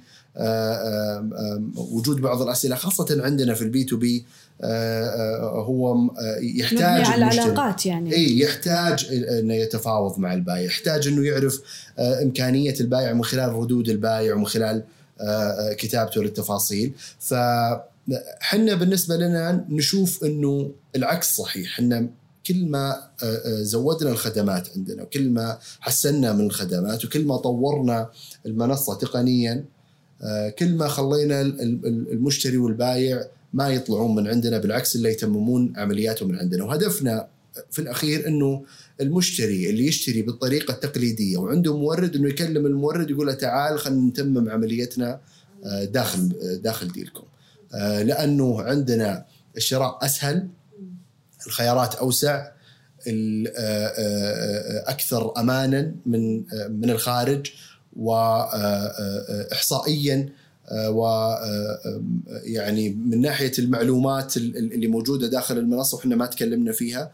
وجود بعض الأسئلة، خاصة عندنا في البي تو بي هو يحتاج على العلاقات، يعني إيه يحتاج إنه يتفاوض مع البائع، يحتاج إنه يعرف إمكانية البائع من خلال ردود البائع ومن خلال كتابته للتفاصيل. فحنا بالنسبة لنا نشوف إنه العكس صحيح، حنا كل ما زودنا الخدمات عندنا وكل ما حسنا من الخدمات وكل ما طورنا المنصة تقنيا، كل ما خلينا المشتري والبائع ما يطلعون من عندنا، بالعكس اللي يتممون عملياتهم من عندنا. وهدفنا في الأخير إنه المشتري اللي يشتري بالطريقة التقليدية وعنده مورد إنه يكلم المورد يقول له تعال خلينا نتمم عمليتنا داخل داخل ديلكم، لأنه عندنا الشراء أسهل، الخيارات أوسع، أكثر أمانا من من الخارج، وإحصائيا ويعني من ناحية المعلومات اللي موجودة داخل المنصة وحنا ما تكلمنا فيها،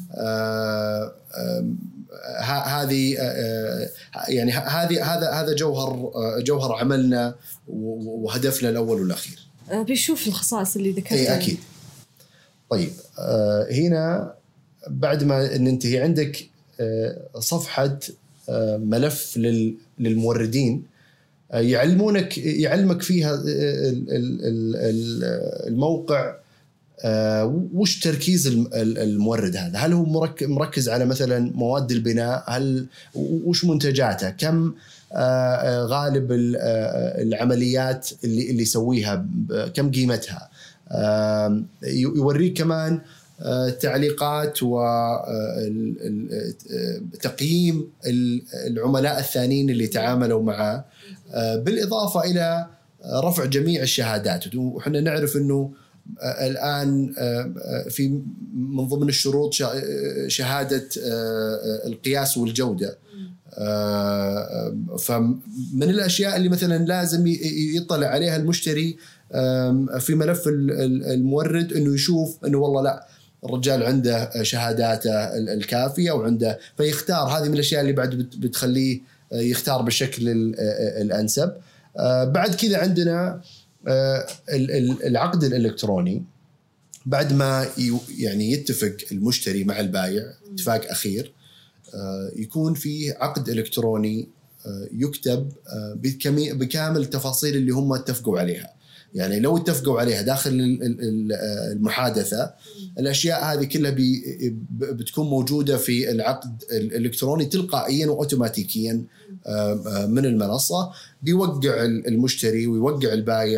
هذه يعني هذه هذا هذا جوهر جوهر عملنا وهدفنا الأول والأخير. بيشوف الخصائص اللي ذكرتها. أكيد. طيب هنا بعد ما ننتهي عندك صفحة ملف للموردين يعلمونك يعلمك فيها الموقع وش تركيز المورد هذا، هل هو مركز على مثلا مواد البناء، هل وش منتجاته، كم غالب العمليات اللي اللي يسويها، كم قيمتها، يوريك كمان تعليقات وتقييم العملاء الثانيين اللي تعاملوا معه، بالإضافة إلى رفع جميع الشهادات. وحنا نعرف أنه الآن في من ضمن الشروط شهادة القياس والجودة، فمن الأشياء اللي مثلا لازم يطلع عليها المشتري في ملف المورد أنه يشوف أنه والله لا الرجال عنده شهاداته الكافية وعنده، فيختار. هذه من الأشياء اللي بعد بتخليه يختار بالشكل الأنسب. بعد كذا عندنا العقد الإلكتروني، بعد ما يعني يتفق المشتري مع البائع اتفاق أخير، يكون فيه عقد إلكتروني يكتب بكامل التفاصيل اللي هم اتفقوا عليها. يعني لو اتفقوا عليها داخل المحادثة، الأشياء هذه كلها بتكون موجودة في العقد الإلكتروني تلقائيا وأوتوماتيكيا من المنصة. بيوقع المشتري ويوقع البائع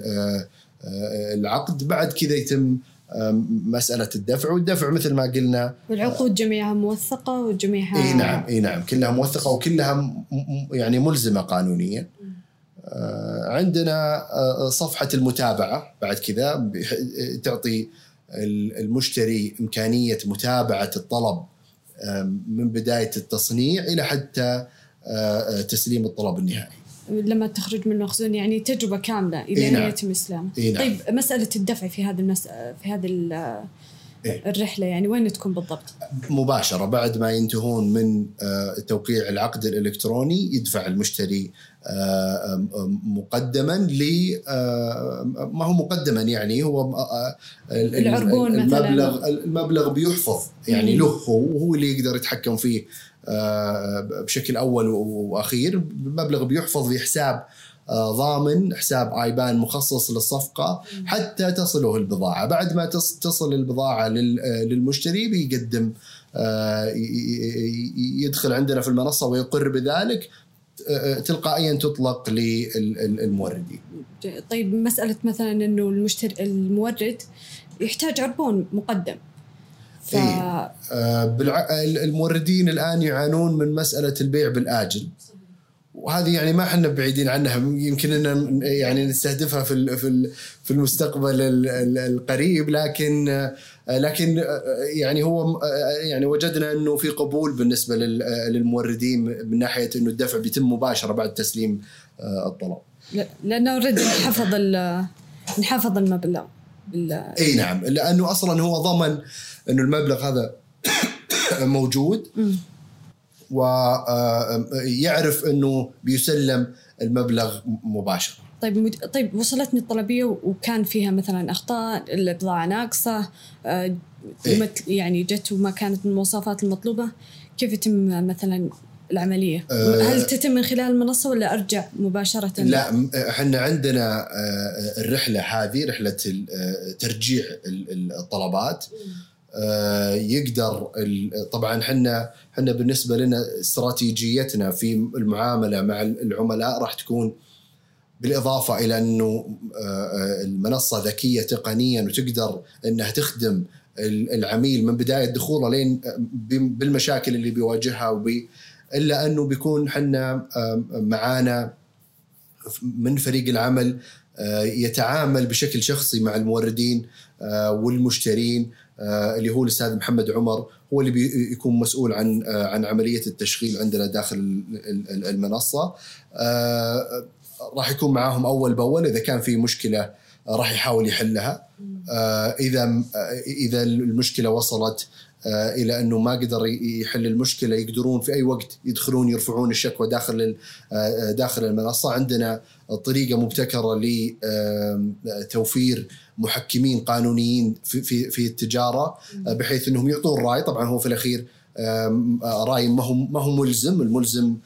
العقد، بعد كذا يتم مسألة الدفع. والدفع مثل ما قلنا والعقود جميعها موثقة وجميعها إيه نعم إيه نعم كلها موثقة وكلها يعني ملزمة قانونيا. عندنا صفحة المتابعة، بعد كذا تعطي المشتري إمكانية متابعة الطلب من بداية التصنيع إلى حتى تسليم الطلب النهائي لما تخرج من المخزون، يعني تجربة كاملة إلى إيه نعم. يتم إسلامه. إيه نعم. طيب مسألة الدفع في هذا المس... في هذه إيه؟ الرحلة يعني وين تكون بالضبط؟ مباشرة بعد ما ينتهون من توقيع العقد الإلكتروني يدفع المشتري مقدما ل ما هو مقدما يعني هو العربون المبلغ مثلا. المبلغ بيحفظ يعني له هو اللي يقدر يتحكم فيه بشكل أول وأخير. المبلغ بيحفظ في حساب ضامن، حساب آيبان مخصص للصفقة حتى تصله البضاعة. بعد ما تصل البضاعة للمشتري بيقدم يدخل عندنا في المنصة ويقر بذلك تلقائيا تطلق للموردين. طيب مسألة مثلا إنه المشتري المورد يحتاج عربون مقدم. ف... إيه. بالع... الموردين الآن يعانون من مسألة البيع بالآجل، وهذه يعني ما حنا بعيدين عنها، يمكن أن يعني نستهدفها في في في المستقبل القريب، لكن لكن يعني هو يعني وجدنا أنه في قبول بالنسبة للموردين من ناحية أنه الدفع بيتم مباشرة بعد تسليم الطلب، لأنه نريد نحفظ نحفظ المبلغ. اي نعم، لانه اصلا هو ضمن انه المبلغ هذا موجود ويعرف انه بيسلم المبلغ مباشرة. طيب مد... طيب وصلتني الطلبية وكان فيها مثلا اخطاء، البضاعة ناقصة، آه إيه؟ يعني جت وما كانت من المواصفات المطلوبة، كيف يتم مثلا العملية؟ أه هل تتم من خلال المنصة ولا أرجع مباشرة؟ لا، احنا عندنا الرحلة هذه رحلة ترجيع الطلبات. يقدر طبعا حنا حنا بالنسبة لنا استراتيجيتنا في المعاملة مع العملاء راح تكون بالإضافة إلى أنه المنصة ذكية تقنيا وتقدر أنها تخدم العميل من بداية دخوله لين بالمشاكل اللي بيواجهها وبي إلا أنه بيكون حنا معانا من فريق العمل يتعامل بشكل شخصي مع الموردين والمشترين، اللي هو الأستاذ محمد عمر، هو اللي بيكون مسؤول عن عن عملية التشغيل عندنا داخل المنصة. راح يكون معاهم أول بأول، إذا كان في مشكلة راح يحاول يحلها. إذا إذا المشكلة وصلت إلى أنه ما قدر يحل المشكلة، يقدرون في أي وقت يدخلون يرفعون الشكوى داخل داخل المنصة. عندنا طريقة مبتكرة لتوفير محكمين قانونيين في في في التجارة، بحيث أنهم يعطون رأي. طبعا هو في الأخير رأي ما هو ما هو ملزم، الملزم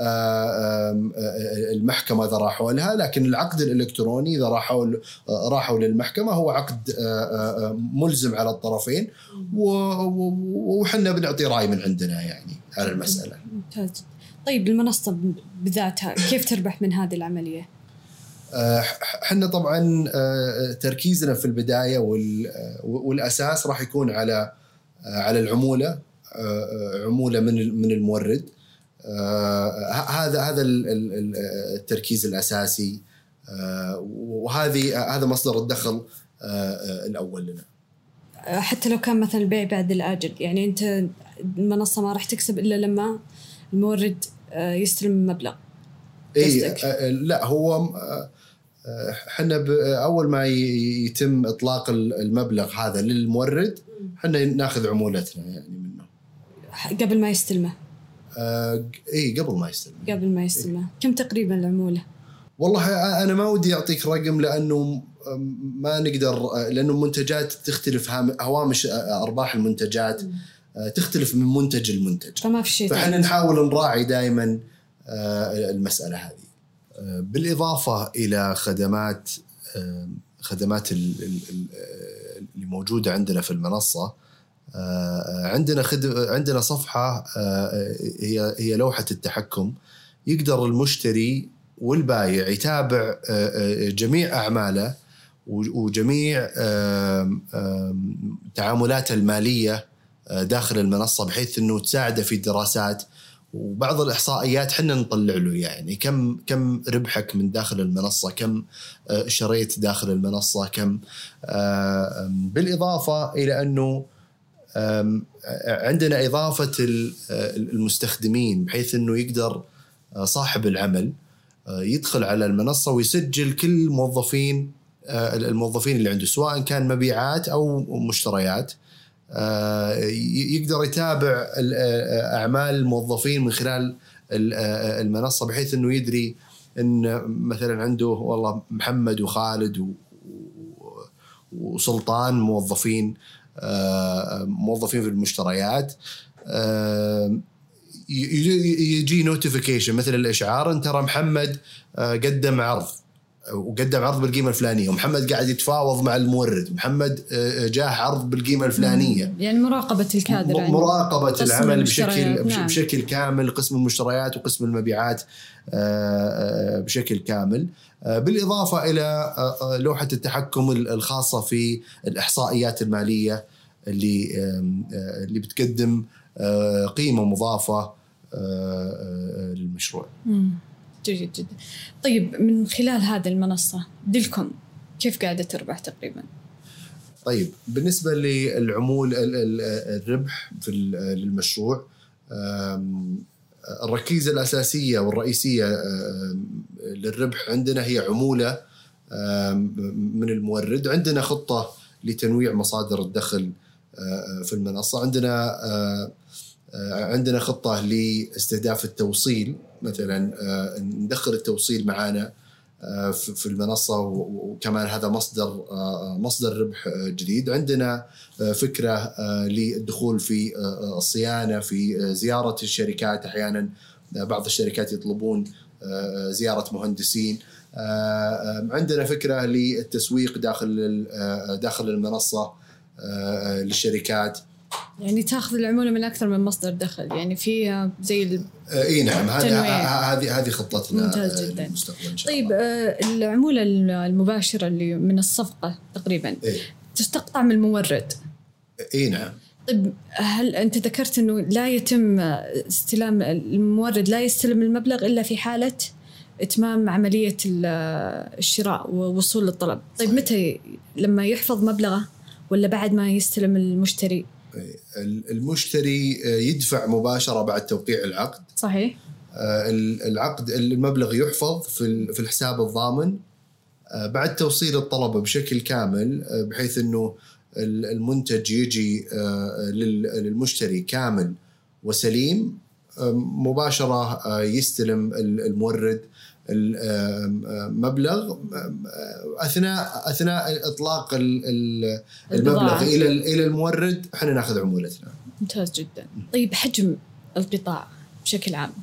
المحكمة إذا راحوا لها، لكن العقد الإلكتروني إذا راحوا راحوا للمحكمة هو عقد ملزم على الطرفين، وحنا بنعطي رأي من عندنا يعني على المسألة. ممتاز. طيب المنصة بذاتها كيف تربح من هذه العملية؟ حنا طبعا تركيزنا في البداية والأساس راح يكون على على العمولة، عمولة من من المورد. آه هذا هذا التركيز الأساسي، آه وهذه هذا مصدر الدخل آه الأول لنا. حتى لو كان مثلا البيع بعد الآجل، يعني أنت المنصة ما راح تكسب إلا لما المورد آه يستلم مبلغ. إيه آه لا، هو حنا أول ما يتم إطلاق المبلغ هذا للمورد حنا ناخذ عمولتنا يعني منه قبل ما يستلمه. آه إيه قبل ما يستلم قبل ما يستلمه إيه. كم تقريبا العمولة؟ والله أنا ما ودي أعطيك رقم لأنه ما نقدر، لأنه المنتجات تختلف، هوامش أرباح المنتجات تختلف من منتج المنتج، فما في شيء. فإحنا نحاول نراعي دائما المسألة هذه، بالإضافة إلى خدمات خدمات اللي موجودة عندنا في المنصة. عندنا خدم عندنا صفحة هي هي لوحة التحكم، يقدر المشتري والبايع يتابع جميع أعماله وجميع تعاملاته المالية داخل المنصة، بحيث إنه تساعده في الدراسات وبعض الإحصائيات حنا نطلع له، يعني كم كم ربحك من داخل المنصة، كم شريت داخل المنصة، كم. بالإضافة إلى أنه عندنا إضافة المستخدمين، بحيث أنه يقدر صاحب العمل يدخل على المنصة ويسجل كل موظفين الموظفين اللي عنده، سواء كان مبيعات أو مشتريات. يقدر يتابع أعمال الموظفين من خلال المنصة، بحيث أنه يدري أن مثلا عنده والله محمد وخالد وسلطان موظفين موظفين في المشتريات. يجي نوتيفيكيشن مثل الإشعار، أن ترى محمد قدم عرض وقدم عرض بالقيمة الفلانية، ومحمد قاعد يتفاوض مع المورد، ومحمد جاه عرض بالقيمة الفلانية. يعني مراقبة الكادر، يعني مراقبة العمل بشكل نعم. بشكل كامل، قسم المشتريات وقسم المبيعات بشكل كامل، بالإضافة إلى لوحة التحكم الخاصة في الإحصائيات المالية اللي اللي بتقدم قيمة مضافة للمشروع. مم. جيد جدا. طيب من خلال هذه المنصة ديلكوم كيف قاعدة تربح تقريبا؟ طيب بالنسبة للعمول الربح في المشروع، الركيزة الأساسية والرئيسية للربح عندنا هي عمولة من المورد. عندنا خطة لتنويع مصادر الدخل في المنصة. عندنا عندنا خطة لاستهداف التوصيل، مثلا ندخل التوصيل معانا في المنصة، وكمان هذا مصدر مصدر ربح جديد. عندنا فكرة للدخول في الصيانة، في زيارة الشركات. أحيانا بعض الشركات يطلبون زيارة مهندسين. عندنا فكرة للتسويق داخل داخل المنصة للشركات. يعني تاخذ العمولة من أكثر من مصدر دخل، يعني في زي اي نعم، هذه هذه هذه خطتنا. ممتاز جدا. طيب العمولة المباشرة اللي من الصفقة تقريبا إيه؟ تستقطع من المورد. اي نعم. طيب هل أنت ذكرت إنه لا يتم استلام المورد، لا يستلم المبلغ إلا في حالة إتمام عملية الشراء ووصول للطلب؟ طيب صحيح. متى لما يحفظ مبلغه ولا بعد ما يستلم المشتري؟ المشتري يدفع مباشرة بعد توقيع العقد. صحيح. العقد المبلغ يحفظ في في الحساب الضامن بعد توصيل الطلب بشكل كامل، بحيث إنه المنتج يجي للمشتري كامل وسليم. مباشرة يستلم المورد المبلغ أثناء أثناء إطلاق المبلغ إلى إلى المورد، إحنا نأخذ عمولتنا. ممتاز جدا. طيب حجم القطاع بشكل عام؟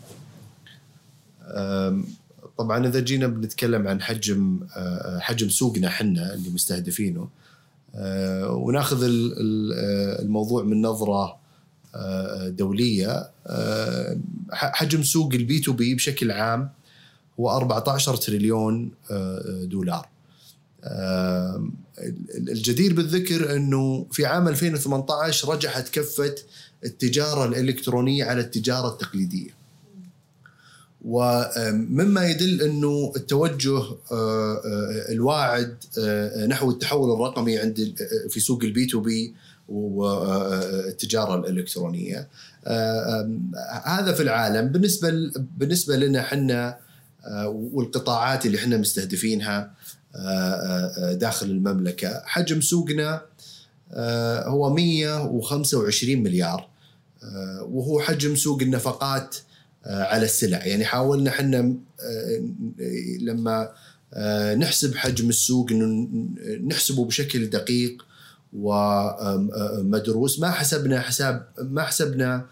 طبعا إذا جينا بنتكلم عن حجم حجم سوقنا حنا اللي مستهدفينه، ونأخذ الموضوع من نظرة دولية، حجم سوق البي تو بي بشكل عام هو أربعة عشر تريليون دولار. الجدير بالذكر أنه في عام ألفين وثمانية عشر رجحت كفة التجارة الإلكترونية على التجارة التقليدية، ومما يدل أنه التوجه الواعد نحو التحول الرقمي عند في سوق البي تو بي والتجارة الإلكترونية. هذا في العالم. بالنسبة بالنسبة لنا حنا والقطاعات اللي حنا مستهدفينها داخل المملكة، حجم سوقنا هو مئة وخمسة وعشرين مليار، وهو حجم سوق النفقات على السلع. يعني حاولنا حنا لما نحسب حجم السوق إنه نحسبه بشكل دقيق ومدروس. ما حسبنا حساب ما حسبنا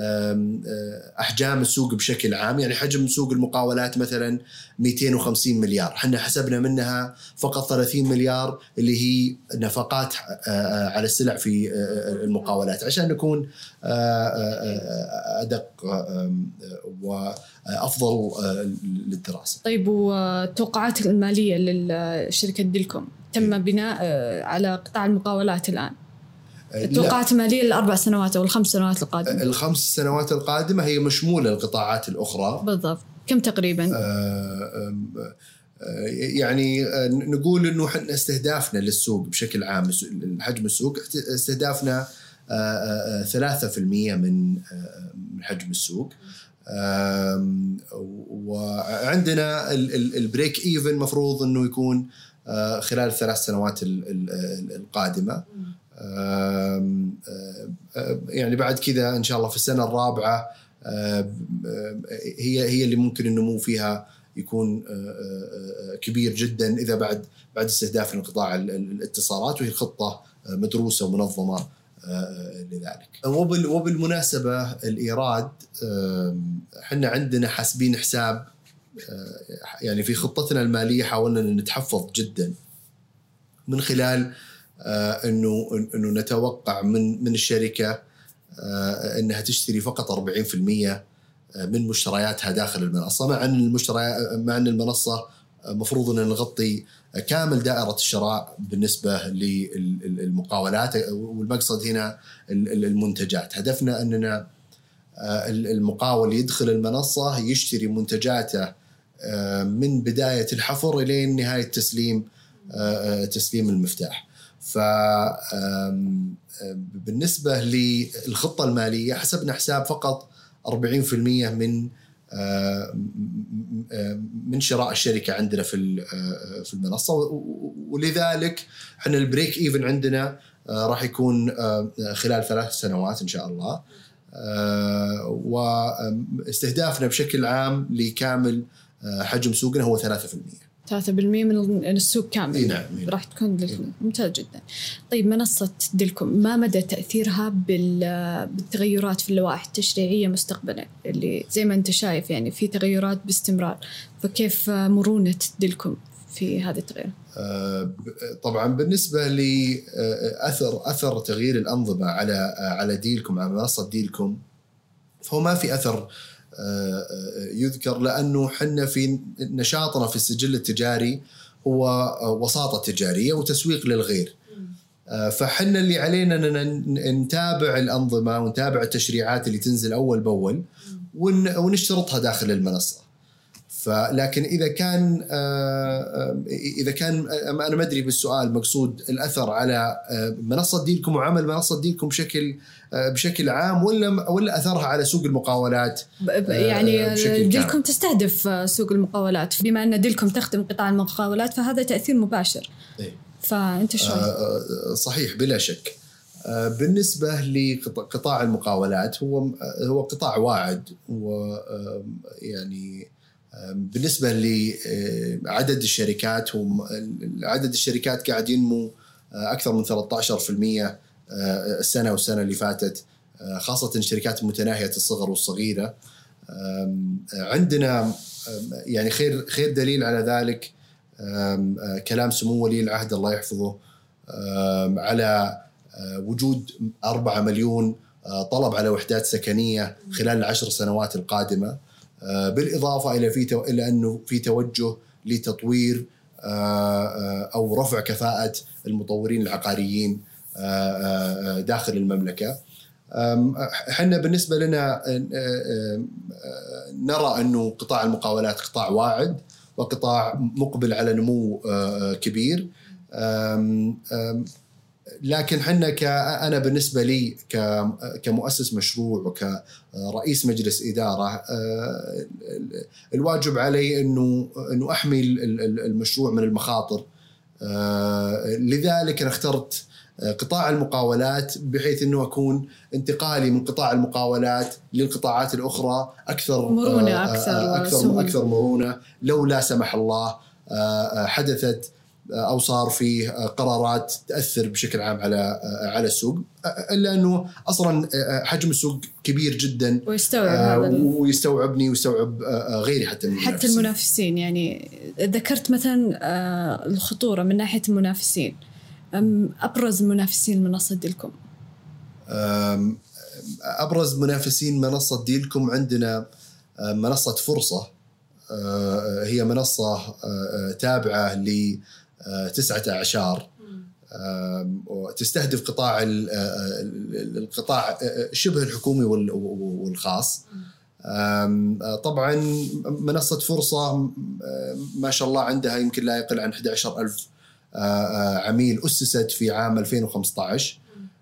أحجام السوق بشكل عام. يعني حجم سوق المقاولات مثلا مئتين وخمسين مليار، حنا حسبنا منها فقط ثلاثين مليار اللي هي نفقات على السلع في المقاولات، عشان نكون أدق وأفضل للدراسة. طيب والتوقعات المالية للشركة ديلكوم تم بناء على قطاع المقاولات الآن؟ التوقعات المالية للأربع سنوات أو الخمس سنوات القادمة؟ الخمس سنوات القادمة هي مشمولة القطاعات الأخرى. بالضبط. كم تقريبا؟ آه يعني نقول إنه حنا استهدافنا للسوق بشكل عام، حجم السوق استهدافنا ثلاثة في المية من حجم السوق. وعندنا البريك إيفن مفروض إنه يكون خلال الثلاث سنوات القادمة. يعني بعد كذا إن شاء الله في السنة الرابعة هي هي اللي ممكن النمو فيها يكون كبير جدا، إذا بعد بعد استهداف قطاع الاتصالات، وهي خطة مدروسة ومنظمة لذلك. وبال وبالمناسبة الإيراد، حنا عندنا حاسبين حساب يعني في خطتنا المالية حاولنا أن نتحفظ جدا من خلال أنه أنه نتوقع من من الشركة أنها تشتري فقط أربعين بالمئة من مشترياتها داخل المنصة، مع أن المشتريات مع أن المنصة مفروض أن نغطي كامل دائرة الشراء بالنسبة للمقاولات، والمقصد هنا المنتجات. هدفنا أننا المقاول يدخل المنصة يشتري منتجاته من بداية الحفر إلى نهاية تسليم تسليم المفتاح. فبالنسبة للخطة المالية حسبنا حساب فقط أربعين بالمئة من من شراء الشركة عندنا في في المنصة، ولذلك احنا البريك ايفن عندنا راح يكون خلال ثلاث سنوات إن شاء الله، واستهدافنا بشكل عام لكامل حجم سوقنا هو ثلاثة بالمئة. ثلاثة بالمئة من السوق كامل. نعم. راح تكون لكم. ممتاز جدا. طيب منصة ديلكم ما مدى تأثيرها بالتغيرات في اللوائح التشريعية مستقبلا، اللي زي ما أنت شايف يعني في تغيرات باستمرار، فكيف مرونة ديلكم في هذه التغيير؟ طبعا بالنسبة لأثر أثر تغيير الأنظمة على على ديلكم على منصة ديلكم، فهو ما في أثر يذكر، لأنه حنا في نشاطنا في السجل التجاري هو وساطة تجارية وتسويق للغير، فحنا اللي علينا أن نتابع الأنظمة ونتابع التشريعات اللي تنزل أول بأول ونشترطها داخل المنصة. فلكن إذا كان إذا كان أنا ما أدري بالسؤال مقصود الأثر على منصة ديلكم وعمل منصة ديلكم بشكل بشكل عام، ولا ولا أثرها على سوق المقاولات؟ يعني ديلكم تستهدف سوق المقاولات، بما أن ديلكم تخدم قطاع المقاولات فهذا تأثير مباشر. إيه؟ فأنت شو؟ صحيح بلا شك. بالنسبة لقطاع المقاولات هو هو قطاع واعد، ويعني بالنسبة لعدد الشركات، هم عدد الشركات قاعد ينمو أكثر من ثلاثة عشر بالمئة السنة والسنة اللي فاتت، خاصة الشركات المتناهية الصغر والصغيرة. عندنا يعني خير خير دليل على ذلك كلام سمو ولي العهد الله يحفظه على وجود أربعة مليون طلب على وحدات سكنية خلال العشر سنوات القادمة، بالإضافة إلى في تو... إلى أنه في توجه لتطوير أو رفع كفاءة المطورين العقاريين داخل المملكة. إحنا بالنسبة لنا نرى أنه قطاع المقاولات قطاع واعد وقطاع مقبل على نمو كبير، لكن حنا كأنا بالنسبة لي كمؤسس مشروع وكرئيس مجلس إدارة الواجب علي إنه إنه أحمي المشروع من المخاطر، لذلك أنا اخترت قطاع المقاولات بحيث إنه أكون انتقالي من قطاع المقاولات للقطاعات الأخرى أكثر مرونة، أكثر أكثر, أكثر مرونة، لو لا سمح الله حدثت أو صار فيه قرارات تأثر بشكل عام على على السوق، إلا أنه أصلاً حجم السوق كبير جداً ويستوعب هذا ويستوعبني ويستوعب غيري حتى المنافسين. حتى المنافسين. يعني ذكرت مثلاً الخطورة من ناحية المنافسين، أبرز منافسين منصة ديلكم؟ أبرز منافسين منصة ديلكم عندنا منصة فرصة، هي منصة تابعة ل تسعة أعشار وتستهدف قطاع القطاع شبه الحكومي والخاص. طبعا منصة فرصة ما شاء الله عندها يمكن لا يقل عن أحد عشر ألف عميل، أسست في عام ألفين وخمسة عشر،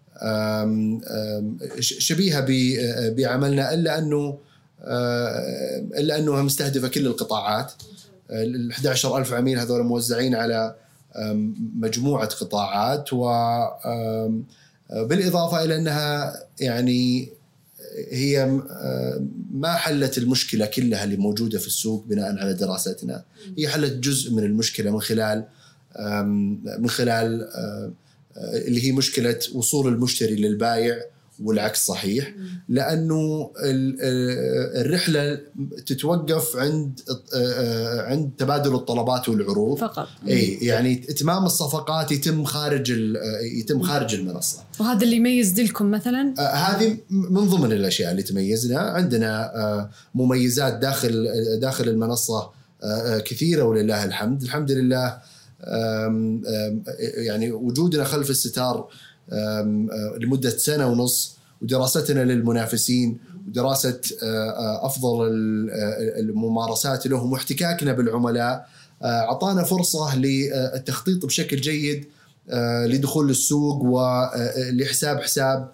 شبيهة بعملنا، إلا أنه إلا أنها مستهدفة كل القطاعات. ال أحد عشر ألف عميل هذول موزعين على مجموعة قطاعات، وبالإضافة إلى أنها يعني هي ما حلت المشكلة كلها اللي موجودة في السوق بناء على دراستنا، هي حلت جزء من المشكلة من خلال من خلال اللي هي مشكلة وصول المشتري للبائع والعكس صحيح، لأنه الرحلة تتوقف عند عند تبادل الطلبات والعروض فقط. أي يعني إتمام الصفقات يتم خارج يتم خارج المنصة. وهذا اللي يميز ديلكم مثلا؟ آه هذه من ضمن الأشياء اللي تميزنا. عندنا آه مميزات داخل داخل المنصة آه كثيرة ولله الحمد. الحمد لله آم آم يعني وجودنا خلف الستار لمدة سنة ونص، ودراستنا للمنافسين، ودراسة أفضل الممارسات لهم، واحتكاكنا بالعملاء أعطانا فرصة للتخطيط بشكل جيد لدخول السوق ولحساب حساب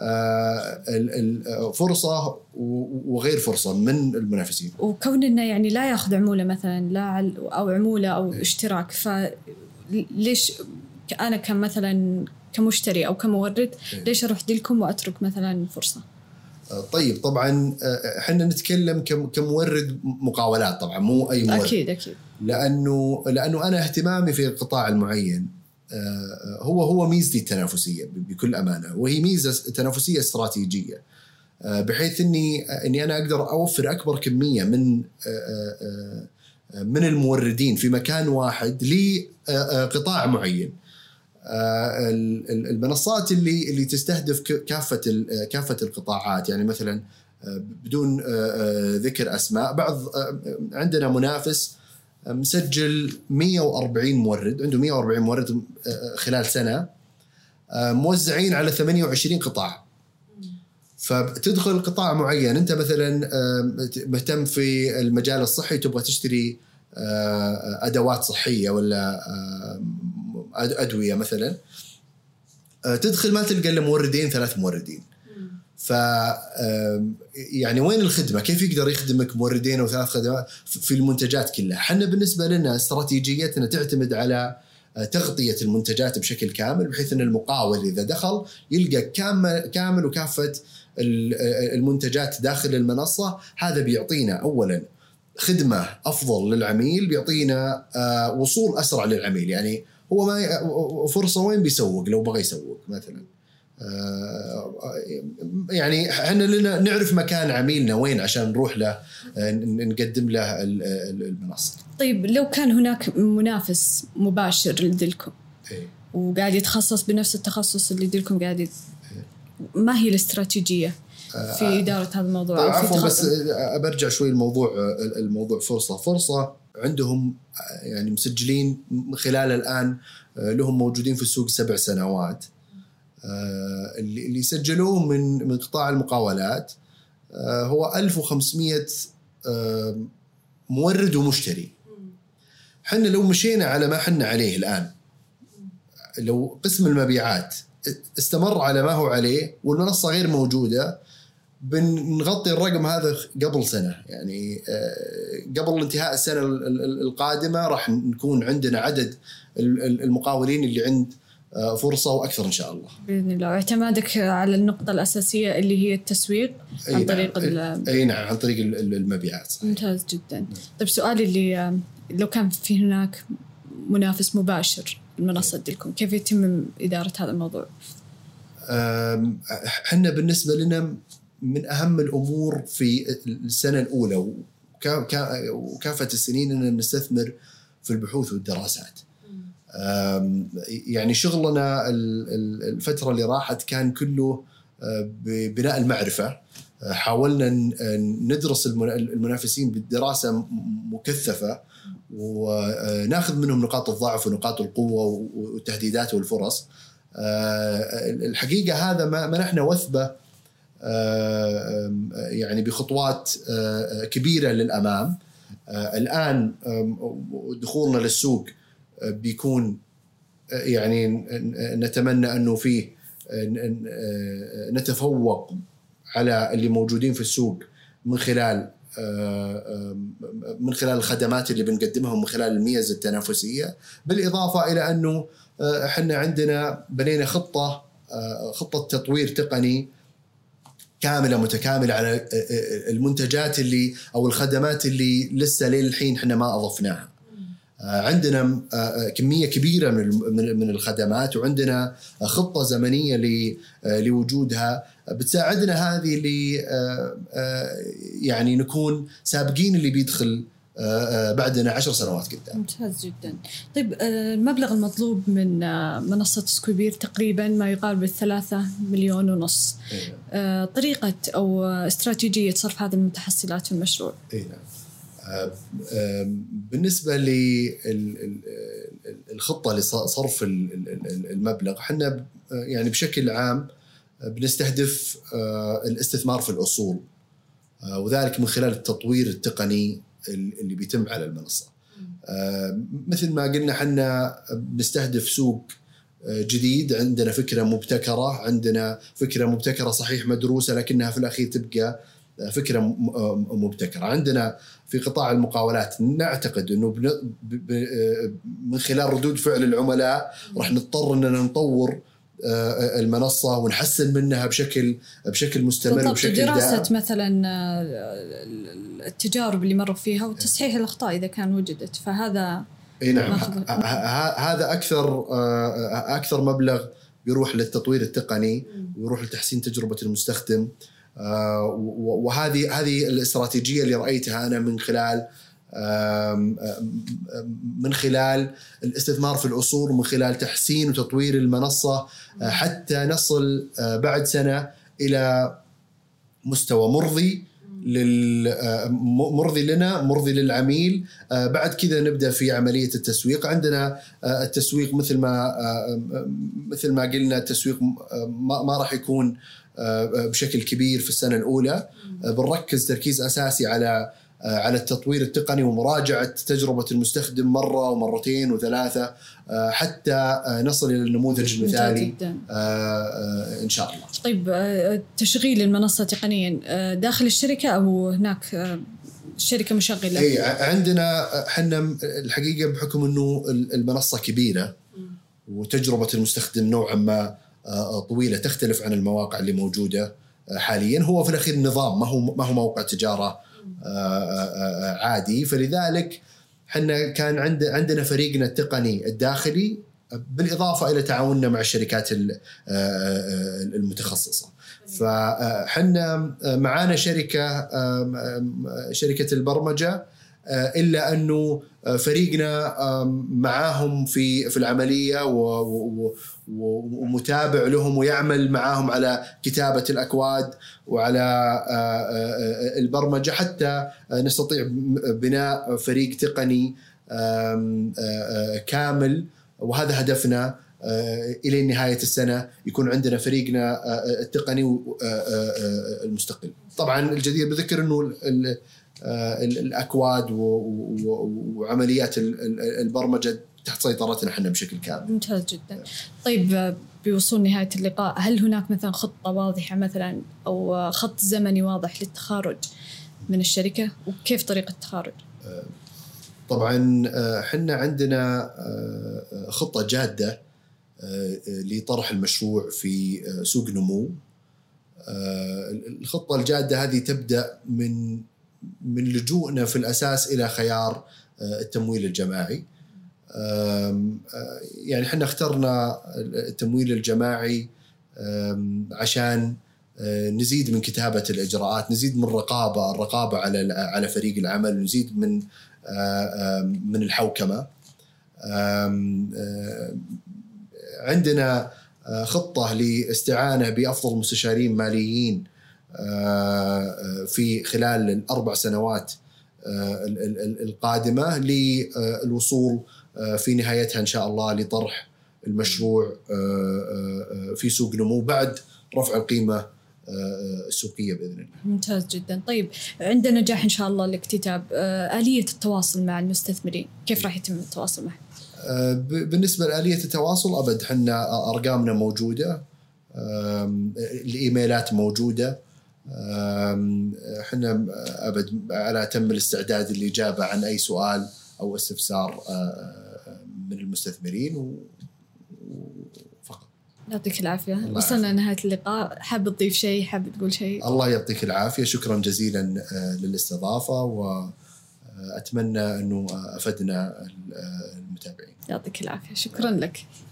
فرصة وغير فرصة من المنافسين. وكوننا يعني لا يأخذ عمولة مثلا لا أو عمولة أو اشتراك، فليش أنا كان مثلا كمشتري أو كمورد ليش أروح ديلكم وأترك مثلا فرصة؟ طيب طبعا احنا نتكلم كمورد مقاولات طبعا مو أي مورد. أكيد أكيد. لأنه لأنه أنا اهتمامي في القطاع المعين هو هو ميزتي التنافسية بكل أمانة، وهي ميزة تنافسية استراتيجية بحيث إني إني أنا أقدر أوفر أكبر كمية من من الموردين في مكان واحد لقطاع معين. المنصات اللي اللي تستهدف كافة كافة القطاعات، يعني مثلا بدون ذكر أسماء، بعض عندنا منافس مسجل مئة وأربعين مورد، عنده مئة وأربعين مورد خلال سنة موزعين على ثمانية وعشرين قطاع. فتدخل قطاع معين، أنت مثلا مهتم في المجال الصحي تبغى تشتري أدوات صحية ولا أدوية مثلا، تدخل ما تلقى إلا موردين ثلاث موردين. ف يعني وين الخدمة؟ كيف يقدر يخدمك موردين أو ثلاث خدمات في المنتجات كلها؟ حنا بالنسبة لنا استراتيجيتنا تعتمد على تغطية المنتجات بشكل كامل، بحيث أن المقاول إذا دخل يلقى كامل كامل وكافة المنتجات داخل المنصة. هذا بيعطينا أولا خدمة أفضل للعميل، بيعطينا وصول أسرع للعميل. يعني هو ما فرصة وين بيسوق لو بغى يسوق مثلا، يعني احنا لنا نعرف مكان عميلنا وين عشان نروح له نقدم له المنصة. طيب لو كان هناك منافس مباشر لديلكم إيه؟ وقاعد يتخصص بنفس التخصص اللي ديلكم قاعد، إيه؟ ما هي الاستراتيجية في آه إدارة هذا الموضوع؟ أو في بس أبرجع شوي الموضوع الموضوع فرصة فرصة عندهم يعني مسجلين خلال الآن لهم موجودين في السوق سبع سنوات. اللي اللي سجلوه من من قطاع المقاولات هو ألف وخمسمئة مورد ومشتري. حنا لو مشينا على ما حنا عليه الآن، لو قسم المبيعات استمر على ما هو عليه والمنصة غير موجودة، بنغطي الرقم هذا قبل سنة. يعني قبل انتهاء السنة القادمة راح نكون عندنا عدد المقاولين اللي عند فرصة وأكثر إن شاء الله بإذن الله. واعتمادك على النقطة الأساسية اللي هي التسويق عن طريق نعم. أي نعم عن طريق المبيعات. ممتاز جدا. طيب سؤالي اللي لو كان في هناك منافس مباشر المنصة ديلكم، كيف يتم إدارة هذا الموضوع؟ حنا بالنسبة لنا من أهم الأمور في السنة الأولى وكافة السنين أن نستثمر في البحوث والدراسات. يعني شغلنا الفترة اللي راحت كان كله ببناء المعرفة. حاولنا ندرس المنافسين بالدراسة مكثفة وناخذ منهم نقاط الضعف ونقاط القوة والتهديدات والفرص. الحقيقة هذا ما منحنا وثبة يعني بخطوات كبيرة للأمام. الآن دخولنا للسوق بيكون يعني نتمنى أنه فيه نتفوق على اللي موجودين في السوق من خلال من خلال الخدمات اللي بنقدمها ومن خلال الميزة التنافسية، بالإضافة إلى أنه إحنا عندنا بنينا خطة خطة تطوير تقني كاملة متكاملة على المنتجات اللي أو الخدمات اللي لسه للحين إحنا ما أضفناها. عندنا كمية كبيرة من من الخدمات، وعندنا خطة زمنية لوجودها بتساعدنا هذه اللي يعني نكون سابقين اللي بيدخل بعدنا عشر سنوات قدام. ممتاز جدا. طيب المبلغ المطلوب من منصة سكويبير تقريبا ما يقارب الثلاثة مليون ونص. إيه. طريقة أو استراتيجية صرف هذه المتحصلات في المشروع؟ إيه نعم. بالنسبة للخطة لصرف المبلغ، حنا يعني بشكل عام بنستهدف الاستثمار في الأصول، وذلك من خلال التطوير التقني اللي بيتم على المنصة. مثل ما قلنا حنا بنستهدف سوق جديد، عندنا فكرة مبتكرة، عندنا فكرة مبتكرة صحيح مدروسة لكنها في الأخير تبقى فكرة مبتكرة. عندنا في قطاع المقاولات نعتقد أنه من خلال ردود فعل العملاء راح نضطر أننا نطور المنصة ونحسن منها بشكل بشكل مستمر وبشكل دائم. دراسة مثلا التجارب اللي مروا فيها وتصحيح الأخطاء إذا كان وجدت، فهذا اي نعم هذا أكثر أكثر مبلغ بيروح للتطوير التقني ويروح لتحسين تجربة المستخدم. وهذه هذه الاستراتيجية اللي رأيتها أنا من خلال من خلال الاستثمار في الأصول ومن خلال تحسين وتطوير المنصة حتى نصل بعد سنة إلى مستوى مرضي مرضي لنا مرضي للعميل. بعد كذا نبدأ في عملية التسويق. عندنا التسويق مثل ما مثل ما قلنا التسويق ما راح يكون بشكل كبير في السنة الأولى، بنركز تركيز أساسي على على التطوير التقني ومراجعة تجربة المستخدم مرة ومرتين وثلاثة حتى نصل إلى النموذج المثالي إن شاء الله. طيب تشغيل المنصة تقنيا داخل الشركة أو هناك الشركة مشغلة؟ إيه عندنا حنا الحقيقة بحكم أنه المنصة كبيرة وتجربة المستخدم نوعا ما طويلة تختلف عن المواقع اللي موجودة حاليا. هو في الأخير نظام، ما هو ما هو موقع تجارة عادي، فلذلك حنا كان عند عندنا فريقنا التقني الداخلي بالإضافة إلى تعاوننا مع الشركات المتخصصة. فحنا معانا شركة شركة البرمجة، إلا أنه فريقنا معاهم في في العملية ومتابع لهم ويعمل معاهم على كتابة الأكواد وعلى البرمجة حتى نستطيع بناء فريق تقني كامل. وهذا هدفنا إلى نهاية السنة يكون عندنا فريقنا التقني المستقل. طبعا الجدير بذكر أنه الأكواد وعمليات البرمجة تحت سيطرتنا احنا بشكل كامل. ممتاز جدا. طيب بوصول نهاية اللقاء، هل هناك مثلا خطة واضحة مثلا أو خط زمني واضح للتخارج من الشركة، وكيف طريقة التخارج؟ طبعا حنا عندنا خطة جادة لطرح المشروع في سوق نمو. الخطة الجادة هذه تبدأ من من لجوءنا في الأساس إلى خيار التمويل الجماعي. يعني حنا اخترنا التمويل الجماعي عشان نزيد من كتابة الإجراءات، نزيد من الرقابة الرقابة على على فريق العمل، نزيد من من الحوكمة. عندنا خطة لاستعانة بأفضل مستشارين ماليين في خلال الأربع سنوات القادمة للوصول في نهايتها إن شاء الله لطرح المشروع في سوق نمو بعد رفع القيمة السوقية بإذن الله. ممتاز جدا. طيب عند نجاح إن شاء الله الاكتتاب، آلية التواصل مع المستثمرين كيف راح يتم التواصل معهم؟ بالنسبة لآلية التواصل أبد حنا أرقامنا موجودة، الإيميلات موجودة، حنا أبد على تم الاستعداد للإجابة عن أي سؤال أو استفسار من المستثمرين وفقط. يعطيك العافية. وصلنا نهاية اللقاء، حاب تضيف شيء، حاب تقول شيء؟ الله يعطيك العافية، شكرا جزيلا للاستضافة، أتمنى أنه أفدنا المتابعين. يعطيك العافية، شكرا لك.